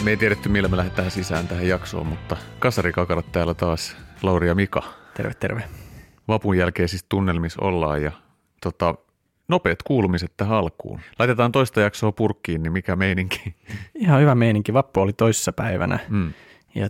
Me ei tiedetty, millä me lähdetään sisään tähän jaksoon, mutta kasarikakarat täällä taas, Lauri ja Mika. Terve, terve. Vapun jälkeen siis tunnelmissa ollaan ja nopeat kuulumiset tähän alkuun. Laitetaan toista jaksoa purkkiin, niin mikä meininki? Ihan hyvä meininki. Vappu oli toissa päivänä ja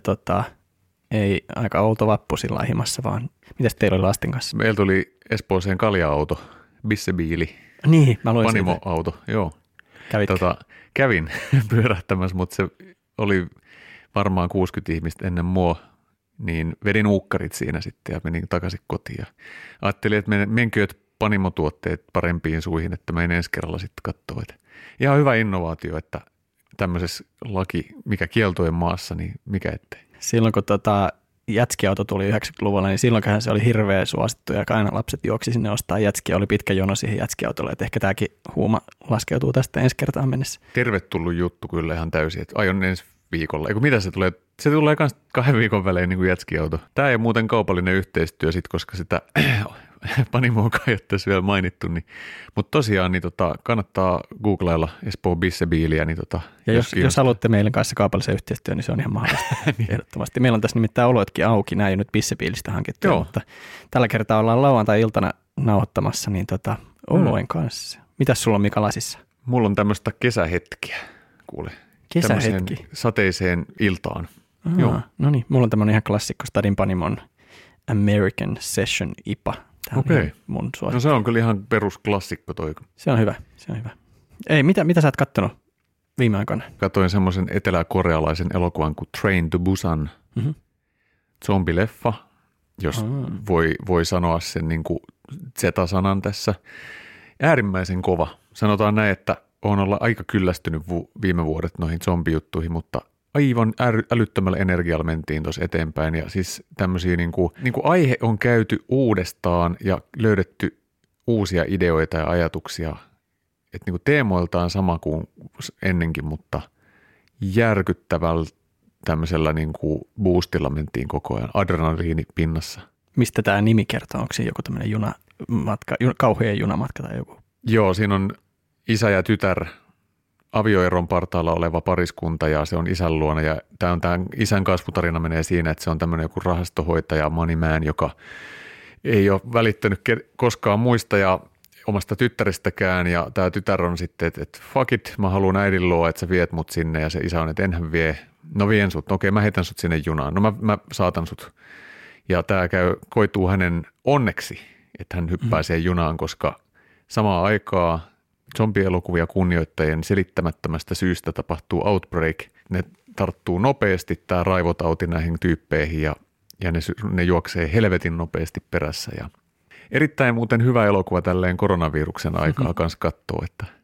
ei aika outo vappu sillä himassa, vaan mitäs teillä oli lasten kanssa? Meillä tuli Espooseen kalja-auto, bissebiili, Niin, mä luin Panimo-auto, joo. Kävitkö? Kävin pyörähtämässä, mutta se oli varmaan 60 ihmistä ennen mua, niin vedin uukkarit siinä sitten ja menin takaisin kotiin. Ja ajattelin, että menkööt Panimo-tuotteet parempiin suihin, että mä en ensi kerralla sitten katsoa. Ihan hyvä innovaatio, että tämmöisessä laki, mikä kieltojen maassa, niin mikä ettei. Silloin kun jätskiauto tuli 90-luvulla, niin silloinkaan se oli hirveä suosittu ja aina lapset juoksi sinne ostaa jätskiä. Oli pitkä jono siihen jätskiautolle, että ehkä tämäkin huuma laskeutuu tästä ensi kertaan mennessä. Tervetullut juttu kyllä ihan täysin, että aion ensi viikolla. Eiku mitä se tulee? Se tulee myös 2 viikon välein niin kuin jätskiauto. Tämä ei muuten kaupallinen yhteistyö sitten, koska sitä Panimoa kai ole tässä vielä mainittu. Niin. Mutta tosiaan niin kannattaa googlailla Espoo bissebiiliä. Niin ja jos haluatte meidän kanssa kaupallisen yhteistyön, niin se on ihan mahdollista ehdottomasti. Meillä on tässä nimittäin oluetkin auki, nämä ei ole nyt bissebiilistä hankittu, mutta tällä kertaa ollaan lauantai-iltana nauhoittamassa niin oluen kanssa. Mitäs sulla on Mika lasissa? Mulla on tämmöistä kesähetkiä, kuule. Kesähetki? Sateiseen iltaan. Joo. No niin, mulla on tämmöinen ihan klassikko Stadin Panimon American Session IPA. Okei. Mun suosikki. No se on kyllä ihan perusklassikko toi. Se on hyvä. Ei, mitä sä oot kattonut viime aikoina? Katoin semmoisen eteläkorealaisen elokuvan kuin Train to Busan. Zombileffa, jos voi sanoa sen niin kuin Z-sanan tässä. Äärimmäisen kova. Sanotaan näin, että olen olla aika kyllästynyt viime vuodet noihin zombijuttuihin, mutta aivan älyttömällä energialla mentiin tuossa eteenpäin. Ja siis tämmöisiä niin kuin aihe on käyty uudestaan ja löydetty uusia ideoita ja ajatuksia. Että niin kuin teemoiltaan sama kuin ennenkin, mutta järkyttävällä tämmöisellä niin kuin boostilla mentiin koko ajan, adrenaliini pinnassa. Mistä tämä nimi kertoo? Onko siinä joku tämmöinen kauhea junamatka tai joku? Joo, siinä on isä ja tytär, avioeron partaalla oleva pariskunta ja se on isän luona ja tämän isän kasvutarina menee siinä, että se on tämmöinen joku rahastohoitaja money man, joka ei ole välittänyt koskaan muista ja omasta tyttärestäkään ja tämä tytär on sitten, että fuck it, mä haluan äidin luo, että sä viet mut sinne ja se isä on, että enhän vie. No vien sut, okei mä heitän sut sinne junaan, no mä saatan sut. Ja tämä koituu hänen onneksi, että hän hyppää siihen junaan, koska samaan aikaan zombielokuvia kunnioittajien selittämättömästä syystä tapahtuu outbreak. Ne tarttuu nopeasti, tämä raivotauti näihin tyyppeihin ja ne juoksee helvetin nopeasti perässä. Ja erittäin muuten hyvä elokuva tälleen koronaviruksen aikaa kanssa katsoo.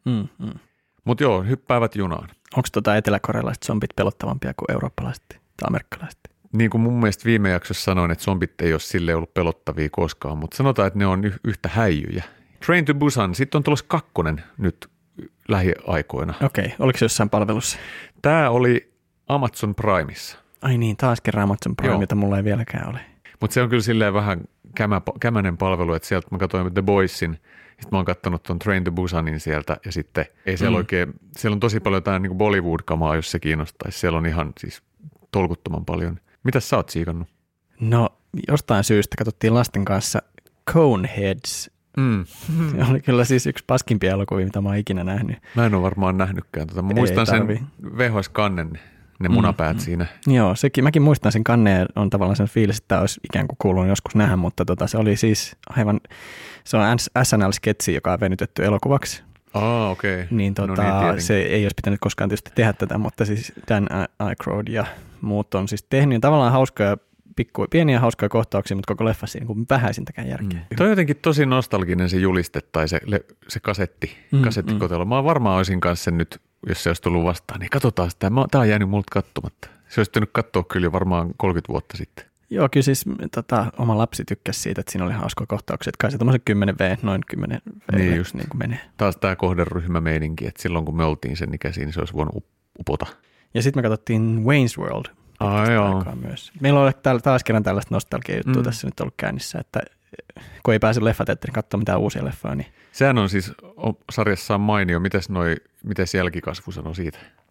Mutta joo, hyppäävät junaan. Onko eteläkorealaiset zombit pelottavampia kuin eurooppalaiset tai amerikkalaiset? Niin kuin mun mielestä viime jaksossa sanoin, että zombit ei ole silleen ollut pelottavia koskaan, mutta sanotaan, että ne on yhtä häijyjä. Train to Busan, sitten on tulossa 2 nyt lähiaikoina. Okei, oliko se jossain palvelussa? Tämä oli Amazon Primeissa. Ai niin, taas kerran Amazon Prime, jota mulla ei vieläkään ole. Mutta se on kyllä silleen vähän kämänen palvelu, että sieltä mä katsoin The Boysin, sitten mä oon katsonut ton Train to Busanin sieltä ja sitten ei siellä oikein, siellä on tosi paljon jotain niin kuin Bollywood-kamaa, jos se kiinnostaisi. Siellä on ihan siis tolkuttoman paljon. Mitäs sä oot siikannut? No jostain syystä katsottiin lasten kanssa Coneheads. Se oli kyllä siis yksi paskimpia elokuvia, mitä mä oon ikinä nähnyt. Mä en ole varmaan nähnytkään. Mä muistan sen VHS-kannen, ne munapäät siinä. Joo, mäkin muistan sen kanneen, on tavallaan sen fiilis, että tämä olisi ikään kuin kuulunut joskus nähdä, mutta se oli siis aivan, se on SNL-sketsi, joka on venytetty elokuvaksi. Okei. Niin, se ei olisi pitänyt koskaan tietysti tehdä tätä, mutta siis Dan Aykroyd ja muut on siis tehnyt tavallaan hauskoja, pieniä hauskoja kohtauksia, mutta koko leffassa ei niin vähäisintäkään järkeä. Toi on jotenkin tosi nostalginen se juliste tai se kasettikotello. Mä varmaan olisin kanssa sen nyt, jos se olisi tullut vastaan, niin katsotaan sitä. Tämä on jäänyt multa katsomatta. Se olisi pitänyt katsoa kyllä varmaan 30 vuotta sitten. Joo, kyllä siis oma lapsi tykkäsi siitä, että siinä oli hauskoja kohtauksia. Kai se tommoisen 10V, noin 10V niin just. Niin kuin menee. Taas tämä kohderyhmämeininki, että silloin kun me oltiin sen ikäisiä, niin se olisi voinut upota. Ja sitten me katsottiin Wayne's World. Myös. Meillä on taas kerran tällaista nostalgia-juttua tässä nyt ollut käynnissä, että kun ei pääse leffateatteriin katsomaan mitään uusia leffoja. Niin. Sehän on siis sarjassaan mainio. Mites jälkikasvu sanoi siitä?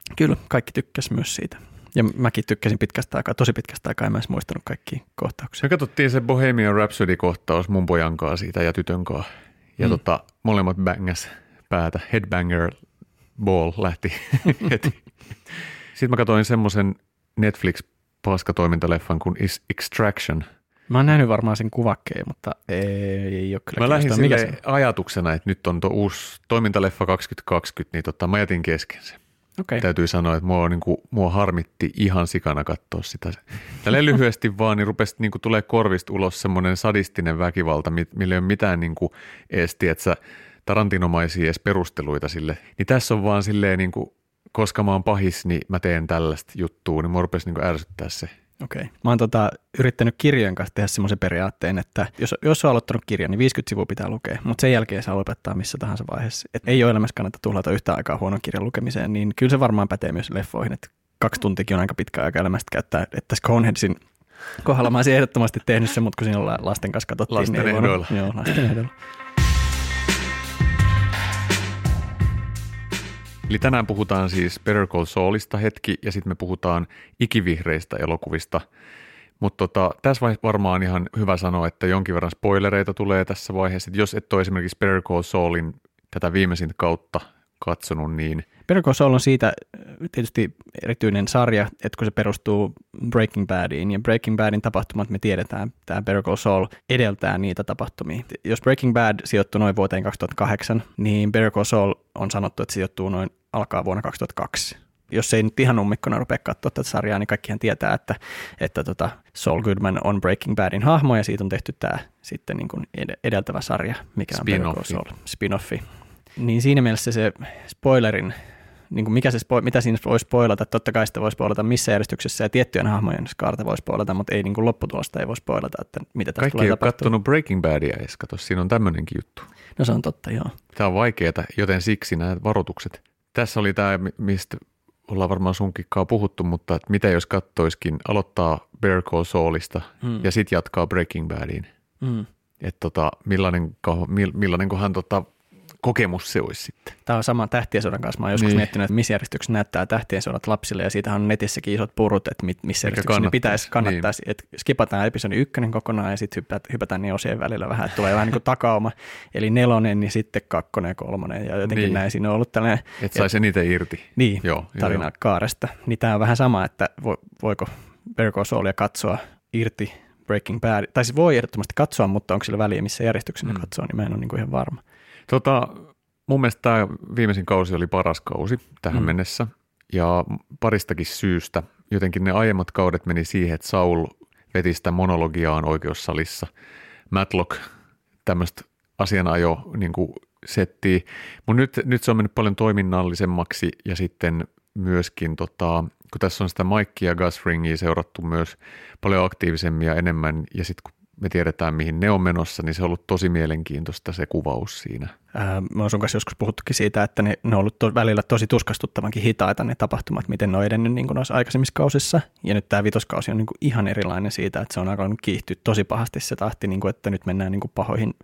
Kyllä, kaikki tykkäsi myös siitä. Ja mäkin tykkäsin tosi pitkästä aikaa, en mä edes muistanut kaikkia kohtauksia. Me katsottiin se Bohemian Rhapsody-kohtaus mun pojan kanssa siitä ja tytön kanssa. Ja molemmat bängas päätä. Headbanger ball lähti heti. Sitten mä katsoin semmoisen Netflix-paskatoimintaleffan kuin Extraction. Mä oon nähnyt varmaan sen kuvakkeen, mutta ei ole kyllä. Mä lähdin sille ajatuksena, että nyt on tuo uusi toimintaleffa 2020, niin mä jätin kesken sen. Okay. Täytyy sanoa, että mua harmitti ihan sikana katsoa sitä. Tälleen lyhyesti vaan, niin rupesi niin tulee korvista ulos semmoinen sadistinen väkivalta, millä ei ole mitään niin että tarantinomaisia edes perusteluita sille. Niin tässä on vaan silleen, niin kuin, koska mä oon pahis, niin mä teen tällaista juttua, niin mua rupesi niin ärsyttää se. Okei. Mä oon yrittänyt kirjojen kanssa tehdä semmoisen periaatteen, että jos on aloittanut kirjan, niin 50 sivua pitää lukea, mutta sen jälkeen saa lopettaa missä tahansa vaiheessa. Et ei ole elämässä kannata tuhlata yhtään aikaa huonon kirjan lukemiseen, niin kyllä se varmaan pätee myös leffoihin, että 2 tuntikin on aika pitkä aika elämästä käyttää. Että tässä Coneheadsin kohdalla mä olisin ehdottomasti tehnyt sen, mutta kun siinä lasten kanssa katsottiin. Lasten ehdoilla. Joo, lasten ehdoilla. Eli tänään puhutaan siis Better Call Saulista hetki ja sitten me puhutaan ikivihreistä elokuvista. Mutta tässä vaiheessa varmaan ihan hyvä sanoa, että jonkin verran spoilereita tulee tässä vaiheessa. Et jos et ole esimerkiksi Better Call Saulin tätä viimeisintä kautta katsonut, niin... Better Call Saul on siitä tietysti erityinen sarja, että kun se perustuu Breaking Badiin, ja Breaking Badin tapahtumat me tiedetään, tämä Better Call Saul edeltää niitä tapahtumia. Jos Breaking Bad sijoittuu noin vuoteen 2008, niin Better Call Saul on sanottu, että sijoittuu alkaa vuonna 2002. Jos ei nyt ihan ummikkona rupea katsoa tätä sarjaa, niin kaikkihan tietää, että Saul Goodman on Breaking Badin hahmo, ja siitä on tehty tämä sitten niin kuin edeltävä sarja, mikä on Better Call Saul, spin-offi. Niin siinä mielessä se spoilerin, niin kuin mitä siinä voi spoilata, totta kai sitä voi spoilata missä järjestyksessä ja tiettyjen hahmojen skaarta voi spoilata, mutta ei niin kuin lopputulosta ei voi spoilata, että mitä tässä tulee tapahtumaan. Kaikki ei ole katsonut Breaking Badia edes, kato, siinä on tämmöinenkin juttu. No se on totta, joo. Tämä on vaikeaa, joten siksi nämä varoitukset. Tässä oli tämä, mistä ollaan varmaan sunkikkaa puhuttu, mutta että mitä jos kattoiskin aloittaa Better Call Saulista ja sitten jatkaa Breaking Badiin. Että millainenkohan kokemus se olisi sitten. Tämä on sama Tähtien sodan kanssa. Mä oon joskus miettinyt, että missä järjestyksessä näyttää Tähtien sodat lapsille, ja siitä on netissäkin isot purut, että missä järjestyksessä ne pitäisi kannattaa. Niin. Että skipataan episodi 1 kokonaan, ja sitten hypätään niin osien välillä vähän, että tulee vähän niin kuin takauma. Eli 4, niin sitten 2 ja 3, ja jotenkin näin siinä on ollut tällainen. Että saisi eniten irti. Niin, tarina kaaresta. Niin tämä on vähän sama, että voiko Better Call Saulia katsoa irti Breaking Bad. Tai siis voi ehdottomasti katsoa, mutta onko sillä väliä, missä järjestyksessä katsoo, niin mä en ole niin kuin ihan varma. Mun mielestä tämä viimeisin kausi oli paras kausi tähän mennessä, ja paristakin syystä. Jotenkin ne aiemmat kaudet meni siihen, että Saul veti sitä monologiaan oikeussalissa. Matlock tämmöistä asianajo niin kuin settiä, mutta nyt se on mennyt paljon toiminnallisemmaksi, ja sitten myöskin kun tässä on sitä Mikea ja Gus Fringia seurattu myös paljon aktiivisemmin ja enemmän, ja sitten kun me tiedetään, mihin ne on menossa, niin se on ollut tosi mielenkiintoista se kuvaus siinä. Mä oon sun kanssa joskus puhuttukin siitä, että ne on ollut välillä tosi tuskastuttavankin hitaita ne tapahtumat, miten ne on edennyt niin kuin noissa aikaisemmissa kausissa. Ja nyt tämä vitoskausi on niin kuin ihan erilainen siitä, että se on alkanut kiihtyä tosi pahasti se tahti, niin kuin, että nyt mennään niin kuin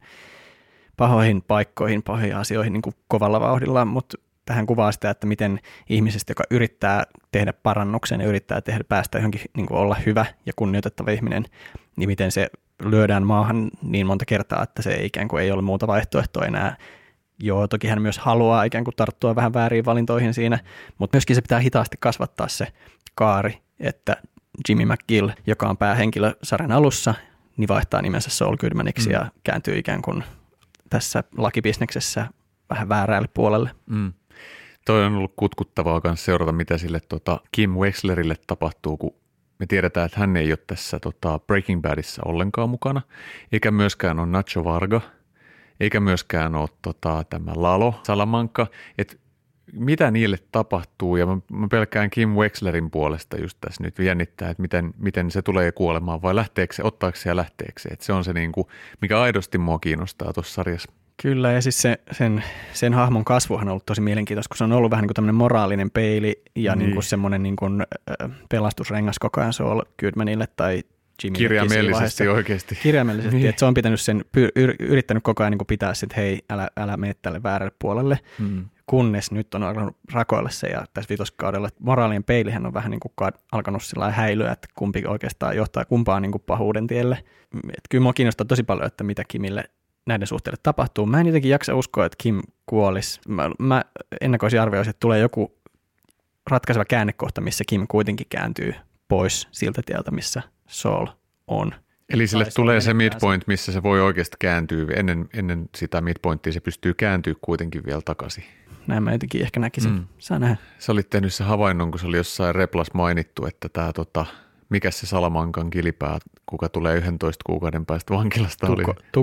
pahoihin paikkoihin, pahoihin asioihin niin kuin kovalla vauhdilla, mutta tähän kuvaa sitä, että miten ihmisestä, joka yrittää tehdä parannuksen ja yrittää päästä johonkin niin kuin olla hyvä ja kunnioitettava ihminen, niin miten se lyödään maahan niin monta kertaa, että se ikään kuin ei ole muuta vaihtoehtoa enää. Joo, toki hän myös haluaa ikään kuin tarttua vähän vääriin valintoihin siinä, mutta myöskin se pitää hitaasti kasvattaa se kaari, että Jimmy McGill, joka on päähenkilö sarjan alussa, niin vaihtaa nimensä Saul Goodmaniksi ja kääntyy ikään kuin tässä lakibisneksessä vähän väärälle puolelle. Toi on ollut kutkuttavaa myös seurata, mitä sille Kim Wexlerille tapahtuu, kun me tiedetään, että hän ei ole tässä Breaking Badissa ollenkaan mukana, eikä myöskään ole Nacho Varga, eikä myöskään ole tämä Lalo Salamanca, että mitä niille tapahtuu, ja mä pelkään Kim Wexlerin puolesta just tässä nyt jännittää, että miten se tulee kuolemaan, vai ottaako se ja lähteekö se, että se on se, niin kuin, mikä aidosti mua kiinnostaa tuossa sarjassa. Kyllä, ja siis sen hahmon kasvuhan on ollut tosi mielenkiintoista, kun se on ollut vähän niin kuin tämmöinen moraalinen peili ja niin kuin semmoinen niin kuin pelastusrengas koko ajan Saul Goodmanille tai Jimmylle. Kirjaimellisesti oikeasti. Kirjaimellisesti, niin. Että se on pitänyt yrittänyt koko ajan niin kuin pitää, että hei, älä mene tälle väärälle puolelle, kunnes nyt on alkanut rakoilla se, ja tässä vitoskaudella moraalien peilihän on vähän niin kuin alkanut sillä häilyä, että kumpi oikeastaan johtaa kumpaan niin kuin pahuuden tielle. Et kyllä mua kiinnostaa tosi paljon, että mitä Kimille näiden suhteille tapahtuu. Mä en jotenkin jaksa uskoa, että Kim kuolisi. Mä ennakoisin arvioisin, että tulee joku ratkaiseva käännekohta, missä Kim kuitenkin kääntyy pois siltä tieltä, missä Saul on. Eli sille tulee se midpoint, missä se voi oikeasti kääntyä. Ennen sitä midpointia se pystyy kääntyä kuitenkin vielä takaisin. Näin mä jotenkin ehkä näkisin. Saa nähdä. Sä olit tehnyt se havainnon, kun se oli jossain replas mainittu, että tämä mikä se Salamankan kilipää, kuka tulee 11 kuukauden päästä vankilasta oli?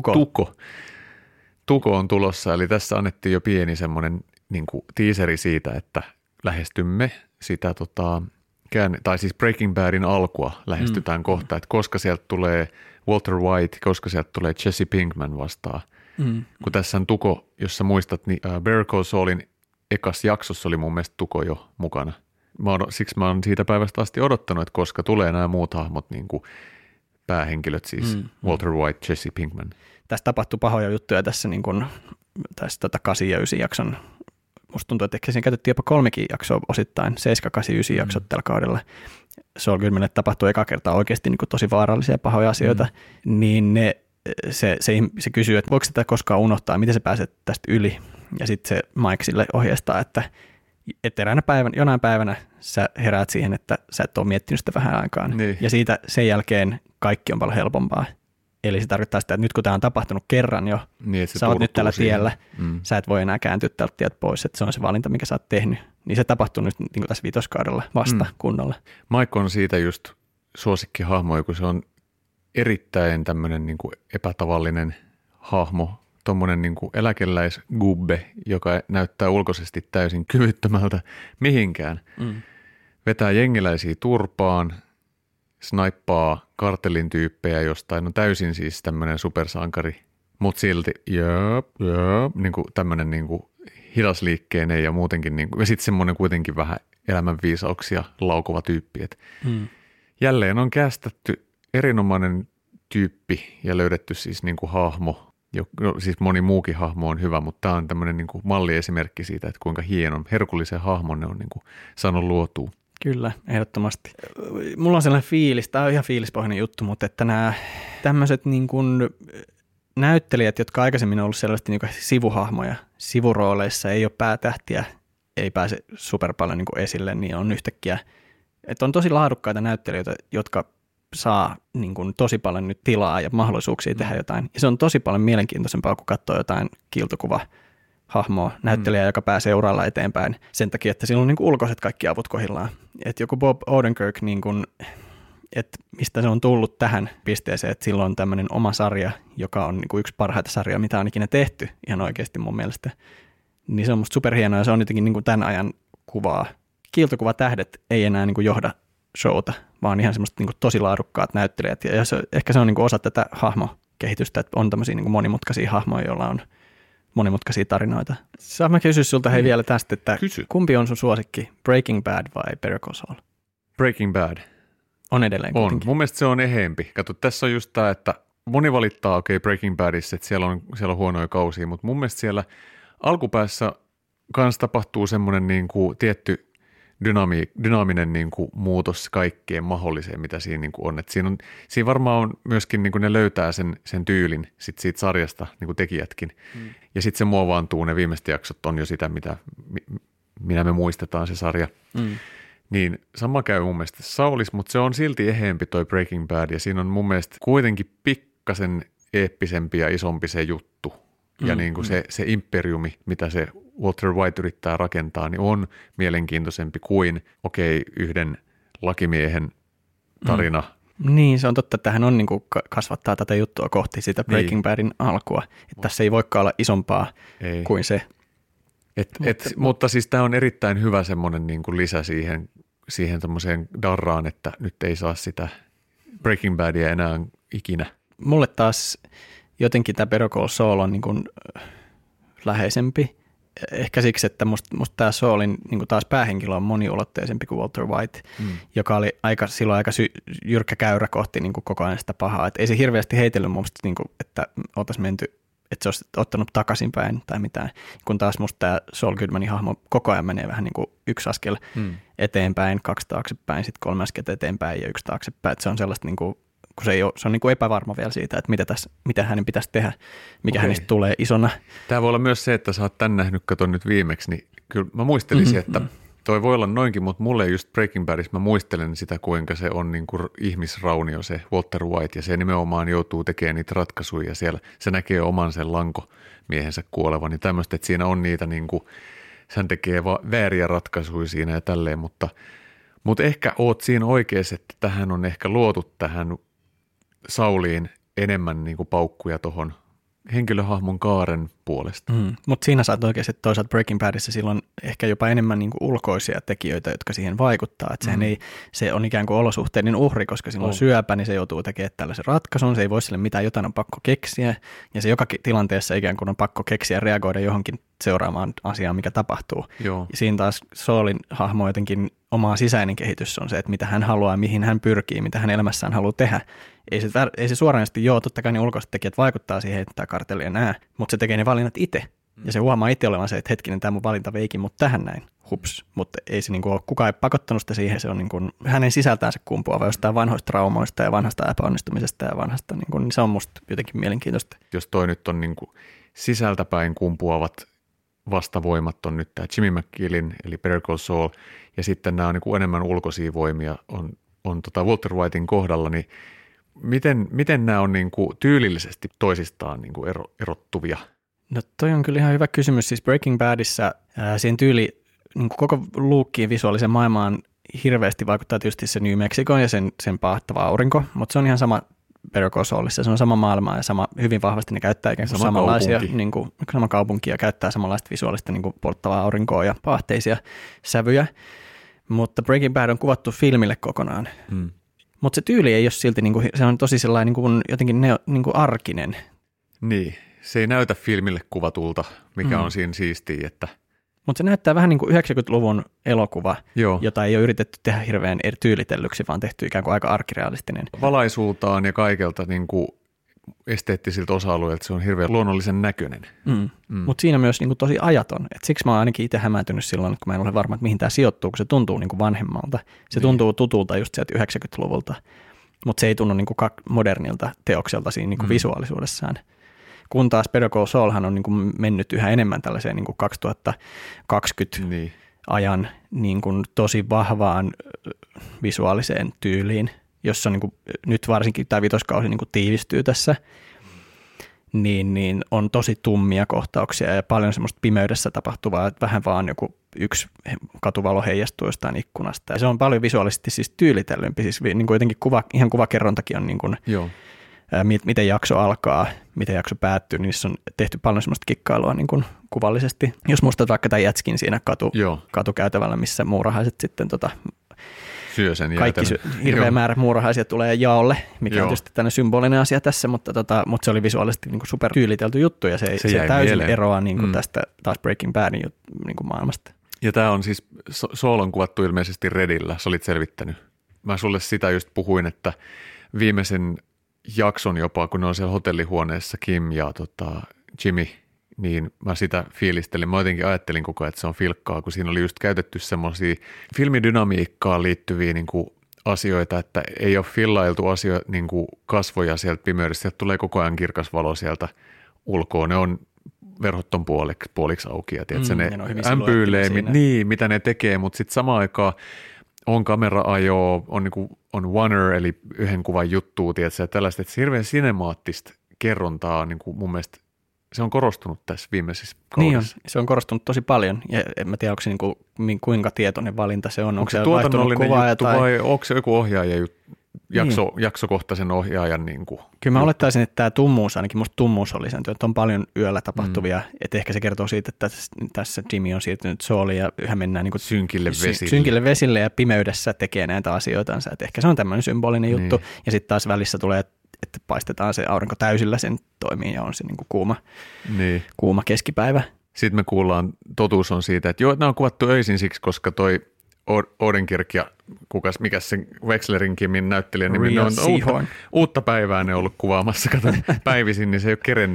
Tuko on tulossa, eli tässä annettiin jo pieni semmoinen niin kuin tiiseri siitä, että lähestymme sitä tai siis Breaking Badin alkua lähestytään kohta, että koska sieltä tulee Walter White, koska sieltä tulee Jesse Pinkman vastaan. Kun tässä on Tuko, jos sä muistat, niin Better Call Saulin ekas jaksossa oli mun mielestä Tuko jo mukana. Siksi mä oon siitä päivästä asti odottanut, että koska tulee nämä muut hahmot, niin kuin päähenkilöt, siis Walter White, Jesse Pinkman. Tässä tapahtui pahoja juttuja tässä, niin kuin, tässä 8 ja 9 jakson. Musta tuntuu, että ehkä siinä käytettiin jopa 3 jaksoa osittain, 7, 8, 9 jaksot tällä kaudella. Saul Goodmanille tapahtui eka kertaa oikeasti niin kuin tosi vaarallisia ja pahoja asioita, niin se kysyy, että voiko sitä koskaan unohtaa, miten sä pääset tästä yli. Ja sitten se Mike sille ohjeistaa, että jonain päivänä sä heräät siihen, että sä et ole miettinyt sitä vähän aikaan. Niin. Ja sen jälkeen kaikki on paljon helpompaa. Eli se tarkoittaa sitä, että nyt kun tämä on tapahtunut kerran jo, niin, sä oot nyt tällä tiellä, sä et voi enää kääntyä tältä tieltä pois, että se on se valinta, mikä sä oot tehnyt. Niin se tapahtuu nyt niin kuin tässä vitoskaudella vasta kunnolla. Mike on siitä just suosikkihahmo, kun se on erittäin tämmöinen niin kuin epätavallinen hahmo, tuommoinen niin kuin eläkeläisgubbe, joka näyttää ulkoisesti täysin kyvyttömältä mihinkään. Vetää jengiläisiä turpaan, snaippaa kartellin tyyppejä jostain, no täysin siis tämmöinen supersankari, mutta silti niin kuin tämmöinen niin kuin hidasliikkeinen ja muutenkin, niin kuin, ja sitten semmoinen kuitenkin vähän elämänviisauksia laukova tyyppi. Jälleen on kästetty erinomainen tyyppi ja löydetty siis niin kuin hahmo, siis moni muukin hahmo on hyvä, mutta tämä on tämmöinen niin kuin malliesimerkki siitä, että kuinka hienon, herkullisen hahmon ne on niin kuin saanut luotua. Kyllä, ehdottomasti. Mulla on sellainen fiilis, tämä on ihan fiilispohjainen juttu, mutta että nämä tämmöiset niin kuin näyttelijät, jotka aikaisemmin on ollut selvästi niin kuin sivuhahmoja, sivurooleissa ei ole päätähtiä, ei pääse super paljon niin kuin esille, niin on yhtäkkiä, että on tosi laadukkaita näyttelijöitä, jotka saa niin kuin tosi paljon nyt tilaa ja mahdollisuuksia tehdä jotain. Ja se on tosi paljon mielenkiintoisempaa, kun katsoo jotain kiiltokuva-hahmoa, näyttelijää, joka pääsee uralla eteenpäin sen takia, että sillä on niin kuin ulkoiset kaikki avut kohdillaan. Että joku Bob Odenkirk, niin kuin, että mistä se on tullut tähän pisteeseen, että sillä on tämmöinen oma sarja, joka on niin kuin yksi parhaita sarjoja, mitä on ikinä tehty ihan oikeasti mun mielestä. Niin se on musta superhienoa ja se on jotenkin niin kuin tämän ajan kuvaa. Kiiltokuvatähdet ei enää niin kuin johda showta, vaan ihan semmoista niin kuin tosi laadukkaat näyttelijät. Ja ehkä se on niin kuin osa tätä hahmokehitystä, että on tämmöisiä niin kuin monimutkaisia hahmoja, joilla on monimutkaisia tarinoita. Saan mä kysyä sulta vielä tästä, että kumpi on sun suosikki, Breaking Bad vai Better Call Saul? Breaking Bad. On edelleen kuitenkin. On. Mun mielestä se on eheempi. Kato, tässä on just tämä, että moni valittaa Breaking Badissa, että siellä on huonoja kausia, mutta mun mielestä siellä alkupäässä kanssa tapahtuu semmoinen niin kuin tietty dynaaminen niin kuin muutos kaikkeen mahdolliseen, mitä siinä niin kuin on. Et siinä varmaan on myöskin, niin kuin ne löytää sen tyylin siitä sarjasta, niin kuin tekijätkin. Ja sitten se muovaantuu, ne viimeiset jaksot on jo sitä, minä me muistetaan se sarja. Niin sama käy mun mielestä Saulis, mutta se on silti eheempi toi Breaking Bad, ja siinä on mun mielestä kuitenkin pikkasen eeppisempi ja isompi se juttu. Ja niin kuin se imperiumi, mitä se Walter White yrittää rakentaa, niin on mielenkiintoisempi kuin, yhden lakimiehen tarina. Niin, se on totta, että hän on niin kuin kasvattaa tätä juttua kohti sitä Breaking Badin alkua. Että tässä ei voikaan olla isompaa kuin se. Mutta siis tämä on erittäin hyvä semmoinen niin kuin lisä siihen tommoseen darraan, että nyt ei saa sitä Breaking Badia enää ikinä. Mulle taas jotenkin tämä Better Call Saul on niin kuin läheisempi. Ehkä siksi, että musta tämä Saulin niin kuin taas päähenkilö on moniulotteisempi kuin Walter White, joka oli silloin aika jyrkkä käyrä kohti niin kuin koko ajan sitä pahaa. Et ei se hirveästi heitellyt musta, niin kuin, että oltaisiin menty, että se olisi ottanut takaisinpäin tai mitään, kun taas musta tämä Saul Goodmanin hahmo koko ajan menee vähän niin kuin yksi askel eteenpäin, 2 taaksepäin, sitten 3 askel eteenpäin ja 1 taaksepäin, että se on sellaista niin kuin, kun se on niin kuin epävarma vielä siitä, että mitä hänen pitäisi tehdä, mikä hänestä tulee isona. Tämä voi olla myös se, että sä oot tän nähnyt, katon nyt viimeksi, niin kyllä mä muistelisin, että toi voi olla noinkin, mutta mulle just Breaking Badissa mä muistelen sitä, kuinka se on niin kuin ihmisraunio se Walter White ja se nimenomaan joutuu tekemään niitä ratkaisuja ja siellä se näkee oman sen lankomiehensä kuolevan niin tämmöistä, että siinä on niitä niin kuin, hän tekee vääriä ratkaisuja siinä ja tälleen, mutta ehkä oot siinä oikeassa, että tähän on ehkä luotu tähän Sauliin enemmän niin kuin paukkuja tuohon henkilöhahmon kaaren puolesta. Mutta siinä saat oikeasti toisaalta Breaking Badissa silloin ehkä jopa enemmän niinku ulkoisia tekijöitä, jotka siihen vaikuttaa. Että se on ikään kuin olosuhteiden uhri, koska silloin on syöpä, niin se joutuu tekemään tällaisen ratkaisun. Se ei voi sille mitään, jotain on pakko keksiä. Ja se joka tilanteessa ikään kuin on pakko keksiä ja reagoida johonkin seuraamaan asiaan, mikä tapahtuu. Joo. Ja siinä taas Saulin hahmo jotenkin oma sisäinen kehitys on se, että mitä hän haluaa, mihin hän pyrkii, mitä hän elämässään haluaa tehdä. Ei se suoranaisesti, totta kai ne ulkoiset tekijät vaikuttaa siihen, että tämä kartelli ja nää, mutta se tekee ne valinnat itse. Ja se huomaa itse olevan se, että hetkinen, tämä mun valinta veikin mut tähän näin, hups. Mutta ei se niinku ole, kukaan ei pakottanut sitä siihen, se on niinku hänen sisältään se kumpuava jostain vanhoista traumoista ja vanhasta epäonnistumisesta ja vanhasta, niin se on musta jotenkin mielenkiintoista. Jos toi nyt on niinku sisältäpäin kumpuavat vastavoimat on nyt tämä Jimmy McGillin eli Better Call Saul ja sitten nämä on niinku enemmän ulkoisia voimia on Walter Whitein kohdalla, niin miten nämä on niinku tyylillisesti toisistaan niinku erottuvia? No toi on kyllä ihan hyvä kysymys. Siis Breaking Badissa siihen tyyli niinku koko luukkiin visuaalisen maailmaan hirveästi vaikuttaa tietysti se New Mexico ja sen paahtava aurinko, mutta se on ihan sama Better Call Saulissa. Se on sama maailma ja hyvin vahvasti ne käyttää ikään kuin samanlaisia, sama kaupunki ja käyttää samanlaista visuaalista polttavaa aurinkoa ja paahteisia sävyjä, mutta Breaking Bad on kuvattu filmille kokonaan. Mutta se tyyli ei ole silti, se on tosi sellainen jotenkin arkinen. Niin, se ei näytä filmille kuvatulta, mikä on siinä siistiä. Mutta se näyttää vähän niin kuin 90-luvun elokuva, jota ei ole yritetty tehdä hirveän tyylitellyksi, vaan tehty ikään kuin aika arkirealistinen. Valaisuultaan ja kaikelta niin kuin esteettisiltä osa-alueilta se on hirveän luonnollisen näköinen. Mutta siinä myös niin kuin tosi ajaton. Et siksi mä oon ainakin itse hämääntynyt silloin, kun mä en ole varma, että mihin tämä sijoittuu, kun se tuntuu niin kuin vanhemmalta. Se tuntuu tutulta just sieltä 90-luvulta, mutta se ei tunnu niin kuin modernilta teokselta siinä niin kuin visuaalisuudessaan. Kun taas Better Call Saulhan on niin kuin mennyt yhä enemmän tällaiseen niin kuin 2020 ajan niin kuin tosi vahvaan visuaaliseen tyyliin, jossa niin kuin nyt varsinkin tämä 5. kausi niin kuin tiivistyy tässä, niin on tosi tummia kohtauksia ja paljon semmoista pimeydessä tapahtuvaa, että vähän vaan yksi katuvalo heijastuu jostain ikkunasta. Ja se on paljon visuaalisesti siis tyylitellympi, siis niin kuin jotenkin ihan kuvakerrontakin on niin kuin, miten jakso alkaa, miten jakso päättyy, niin niissä on tehty paljon semmoista kikkailua niin kuin kuvallisesti. Jos muistat vaikka tämän jätskin siinä katukäytävällä, missä muurahaiset sitten syö sen kaikki hirveä määrä muurahaisia tulee jaolle, mikä on tietysti tämmöinen symbolinen asia tässä, mutta se oli visuaalisesti niin kuin super tyylitelty juttu ja se täysin eroaa niin kuin tästä taas Breaking Badin niin kuin maailmasta. Ja tämä on siis, Saul on kuvattu ilmeisesti Redillä, sä olit selvittänyt. Mä sulle sitä just puhuin, että viimeisen jakson jopa, kun ne on siellä hotellihuoneessa Kim ja Jimmy, niin mä sitä fiilistelin. Mä jotenkin ajattelin koko ajan, että se on filkkaa, kun siinä oli just käytetty semmoisia filmidynamiikkaan liittyviä niin kuin asioita, että ei ole fillailtu asioita, niin kuin kasvoja sieltä pimeydestä. Sieltä tulee koko ajan kirkas valo sieltä ulkoa. Ne on verhotton puoliksi auki ja tiedätkö, ne ämpyilee, mitä ne tekee, mutta sitten samaan aikaan on kamera-ajoa, on oneer, eli yhden kuvan juttua, tiedätkö, ja tällaista, että se hirveän sinemaattista kerrontaa niin kuin mun mielestä se on korostunut tässä viimeisissä kaudessa. Niin on, se on korostunut tosi paljon ja en mä tiedä, onko se kuinka tietoinen valinta se on. Onko se tuotannollinen juttu vai onko se joku ohjaaja jaksokohtaisen ohjaajan? Niin kuin kyllä mä olettaisin, että tämä tummuus, ainakin musta tummuus oli sen, että on paljon yöllä tapahtuvia, että ehkä se kertoo siitä, että tässä Jimmy on siirtynyt Sauliin ja yhä mennään niin kuin synkille vesille ja pimeydessä tekee näitä asioitansa, että ehkä se on tämmöinen symbolinen juttu ja sitten taas välissä tulee, että paistetaan se aurinko täysillä sen toimiin ja on se niin kuin kuuma keskipäivä. Sitten me kuullaan, totuus on siitä, että nämä on kuvattu öisin siksi, koska toi Odenkirk ja mikä se Wexlerin Kimin näyttelijä, niin ne on uutta päivää ne on ollut kuvaamassa, kato päivisin, niin se ei ole kerennyt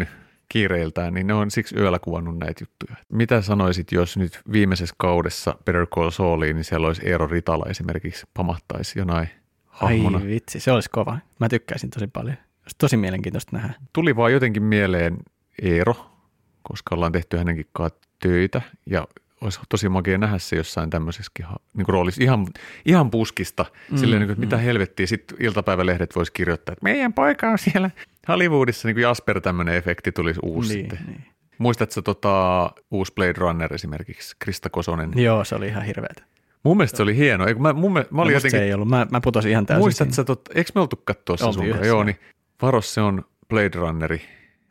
kiireiltään, niin ne on siksi yöllä kuvannut näitä juttuja. Mitä sanoisit, jos nyt viimeisessä kaudessa Better Call Sauliin, niin siellä olisi Eero Ritala esimerkiksi pamahtaisi jonain hahmona? Ai vitsi, se olisi kova. Mä tykkäisin tosi paljon. Olisi tosi mielenkiintoista nähdä. Tuli vaan jotenkin mieleen Eero, koska ollaan tehty hänenkin kanssa töitä ja olisi tosi makea nähdä se jossain tämmöisessäkin niin roolissa ihan puskista. Silleen, että mitä helvettiä. Sitten iltapäivälehdet voisi kirjoittaa, että meidän poika on siellä Hollywoodissa. Niin kuin Jasper tämmöinen efekti tulisi uusi sitten. Niin. Muistatko uusi Blade Runner esimerkiksi, Krista Kosonen? Joo, se oli ihan hirveätä. Mun mielestä se oli hieno. Mä olin jotenkin, se ei ollut. Mä putosin ihan täysin. Muistatko eikö me oltu katsoa se sun? Joo, niin varos se on Blade Runneri.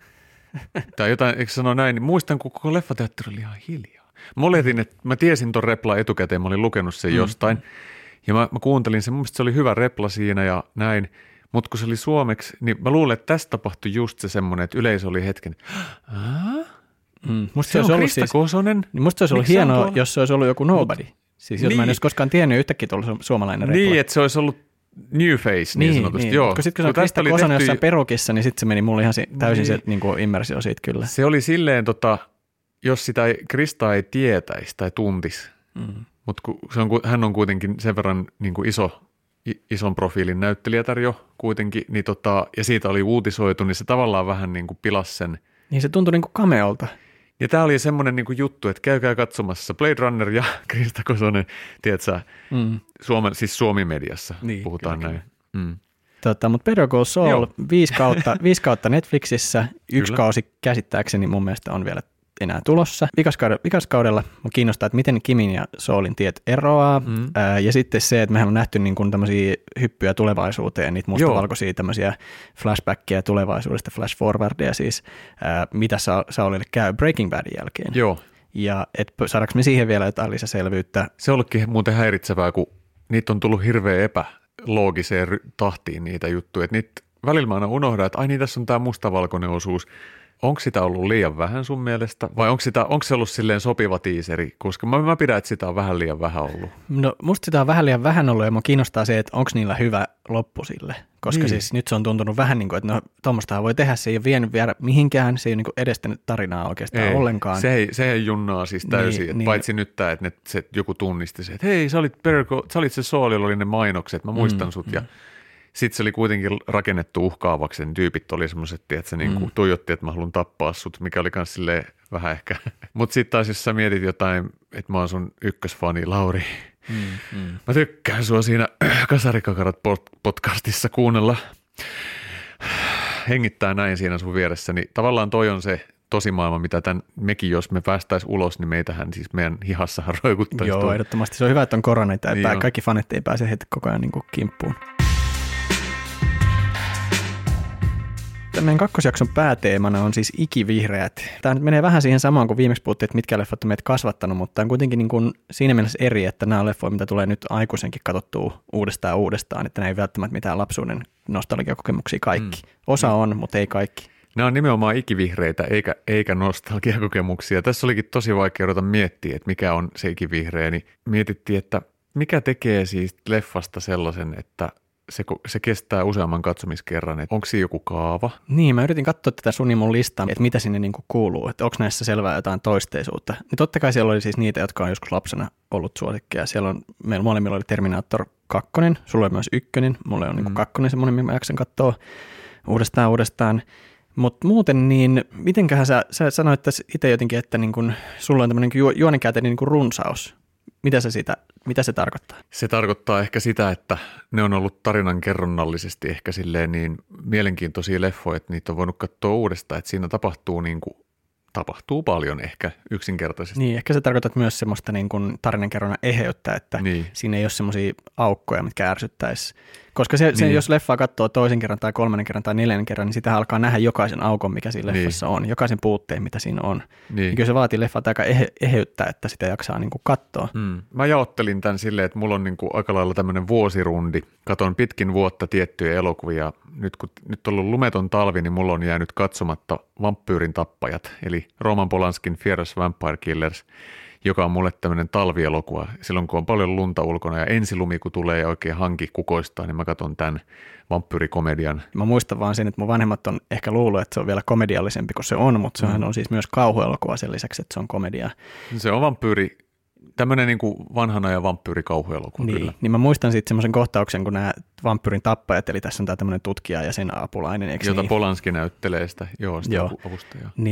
Tai jotain, eikö sano näin? Niin muistan, kun koko leffateatteri oli ihan hiljaa. Mä oletin, että mä tiesin ton repla etukäteen, mä olin lukenut sen jostain. Ja mä kuuntelin sen, mun mielestä se oli hyvä repla siinä ja näin. Mutta kun se oli suomeksi, niin mä luulen, että tästä tapahtui just se semmoinen, että yleisö oli hetken, musta se on Krista Kosonen. Niin musta se olisi ollut hienoa, jos se olisi ollut joku nobody. Siis jos mä en olisi koskaan tiennyt yhtäkkiä tullut suomalainen repla. Niin, että se olisi ollut new face niin sanotusti. Niin. Joo. Kun sitten kun se on Krista Kosonen jossain perukissa, niin sitten se meni mulle ihan täysin se niin kuin immersio siitä kyllä. Se oli silleen, jos sitä Krista ei tietäisi tai tuntisi, mutta hän on kuitenkin sen verran niin kuin ison profiilin näyttelijätär jo kuitenkin, niin ja siitä oli uutisoitu, niin se tavallaan vähän niin kuin pilasi sen. Niin se tuntui niin kuin cameolta. Ja tämä oli semmoinen niin kuin juttu, että käykää katsomassa Blade Runner ja Krista Kosonen, tiedätkö, siis Suomi-mediassa niin, puhutaan kyllä, näin. Mutta Better Call Saul, 5 kautta Netflixissä, 1 kausi käsittääkseni mun mielestä on vielä enää tulossa. Vikaskaudella mun kiinnostaa, että miten Kimin ja Saulin tiet eroaa, ja sitten se, että mehän on nähty niin kuin tämmöisiä hyppyjä tulevaisuuteen, niitä mustavalkoisia tämmöisiä flashbackkejä tulevaisuudesta, flash forwardia siis, mitä Saulille käy Breaking Badin jälkeen. Joo. Ja saadaanko me siihen vielä jotain lisäselvyyttä? Se on ollutkin muuten häiritsevää, kun niitä on tullut hirveän epäloogiseen tahtiin niitä juttuja, että niitä välillä mä aina unohdan, että ai niin, tässä on tämä mustavalkoinen osuus. Onko sitä ollut liian vähän sun mielestä vai onko se ollut silleen sopiva tiiseri? Koska mä pidän, että sitä on vähän liian vähän ollut. No musta sitä on vähän liian vähän ollut ja mua kiinnostaa se, että onko niillä hyvä loppu sille. Koska siis nyt se on tuntunut vähän niin kuin, että no tuommoistahan voi tehdä, se ei ole vienyt vielä mihinkään, se ei ole niin kuin edestänyt tarinaa oikeastaan ollenkaan. Se ei junnaa siis täysin, niin. Paitsi nyt tämä, että se joku tunnisti se, että hei sä olit se Saul, jolla oli ne mainokset, mä muistan sut ja sitten se oli kuitenkin rakennettu uhkaavaksi, niin tyypit oli semmoiset, että se niinku tuijotti, että mä haluan tappaa sut, mikä oli myös silleen vähän ehkä. Mutta sitten taas, jos sä mietit jotain, että mä oon sun ykkösfani, Lauri, mä tykkään sua siinä Kasarikakarat podcastissa kuunnella, hengittää näin siinä sun vieressä, niin tavallaan toi on se tosimaailma, mitä mekin, jos me päästäisiin ulos, niin meitähän siis meidän hihassahan roikuttaisi. Joo, ehdottomasti. Se on hyvä, että on korona, että niin kaikki fanit ei pääse heti koko ajan niin kuin kimppuun. Meidän kakkosjakson pääteemana on siis ikivihreät. Tämä nyt menee vähän siihen samaan kuin viimeksi puhuttiin, että mitkä leffat on meitä kasvattanut, mutta tämä on kuitenkin niin kuin siinä mielessä eri, että nämä on leffoja, mitä tulee nyt aikuisenkin katsottua uudestaan, että nämä ei välttämättä mitään lapsuuden nostalgiakokemuksia kaikki. Osa on, mutta ei kaikki. Nämä on nimenomaan ikivihreitä eikä nostalgiakokemuksia. Tässä olikin tosi vaikea ruveta miettiä, että mikä on se ikivihreä, niin mietittiin, että mikä tekee siis leffasta sellaisen, että se kestää useamman katsomiskerran, että onko siinä joku kaava? Niin, mä yritin katsoa tätä sun mun listaa, että mitä sinne niinku kuuluu, että onko näissä selvää jotain toisteisuutta. Niin totta kai siellä oli siis niitä, jotka on joskus lapsena ollut suosikkeja. Siellä on, meillä molemmilla oli Terminator 2, sulla oli myös 1, mulla on niinku 2 semmoinen, mitä mä jaksan katsoa uudestaan. Mutta muuten niin, mitenköhän sä sanoit itse jotenkin, että niin kun, sulla on tämmöinen juonenkäyteinen niin runsaus. Mitä se tarkoittaa? Se tarkoittaa ehkä sitä, että ne on ollut tarinan kerronnallisesti ehkä silleen niin mielenkiintoisia leffoja, että niitä on voinut katsoa uudestaan, että siinä tapahtuu paljon ehkä yksinkertaisesti. Niin, ehkä se tarkoittaa myös semmoista niin kuin tarinankerronnan eheyttä, että siinä ei ole semmoisia aukkoja, mitkä ärsyttäisi. Koska jos leffaa katsoo toisen kerran tai 3. kerran tai 4. kerran, niin sitä alkaa nähdä jokaisen aukon, mikä siinä leffassa on, jokaisen puutteen, mitä siinä on. Niin. Kyllä se vaatii leffat aika eheyttä, että sitä jaksaa niin kuin katsoa. Mä jaottelin tämän silleen, että mulla on niin kuin aika lailla tämmöinen vuosirundi. Katon pitkin vuotta tiettyjä elokuvia. Nyt on ollut lumeton talvi, niin mulla on jäänyt katsomatta Vampyyrin tappajat, eli Roman Polanskin Fierce Vampire Killers, joka on mulle tämmöinen talvielokuva. Silloin kun on paljon lunta ulkona ja ensilumi kun tulee ja oikein hanki kukoistaa, niin mä katson tämän vampyyrikomedian. Mä muistan vaan sen, että mun vanhemmat on ehkä luullut, että se on vielä komediallisempi kuin se on, mutta sehän on siis myös kauhuelokuva sen lisäksi, että se on komedia. Se on tämmöinen niin kuin vanhan ajan vampyyrikauhuelokuva kyllä. Niin mä muistan sitten semmoisen kohtauksen, kun nämä vampyyrin tappajat, eli tässä on tämä tämmöinen tutkija ja sen apulainen, eikö jota niin? Polanski näyttelee sitä, sitä avustajaa. Niin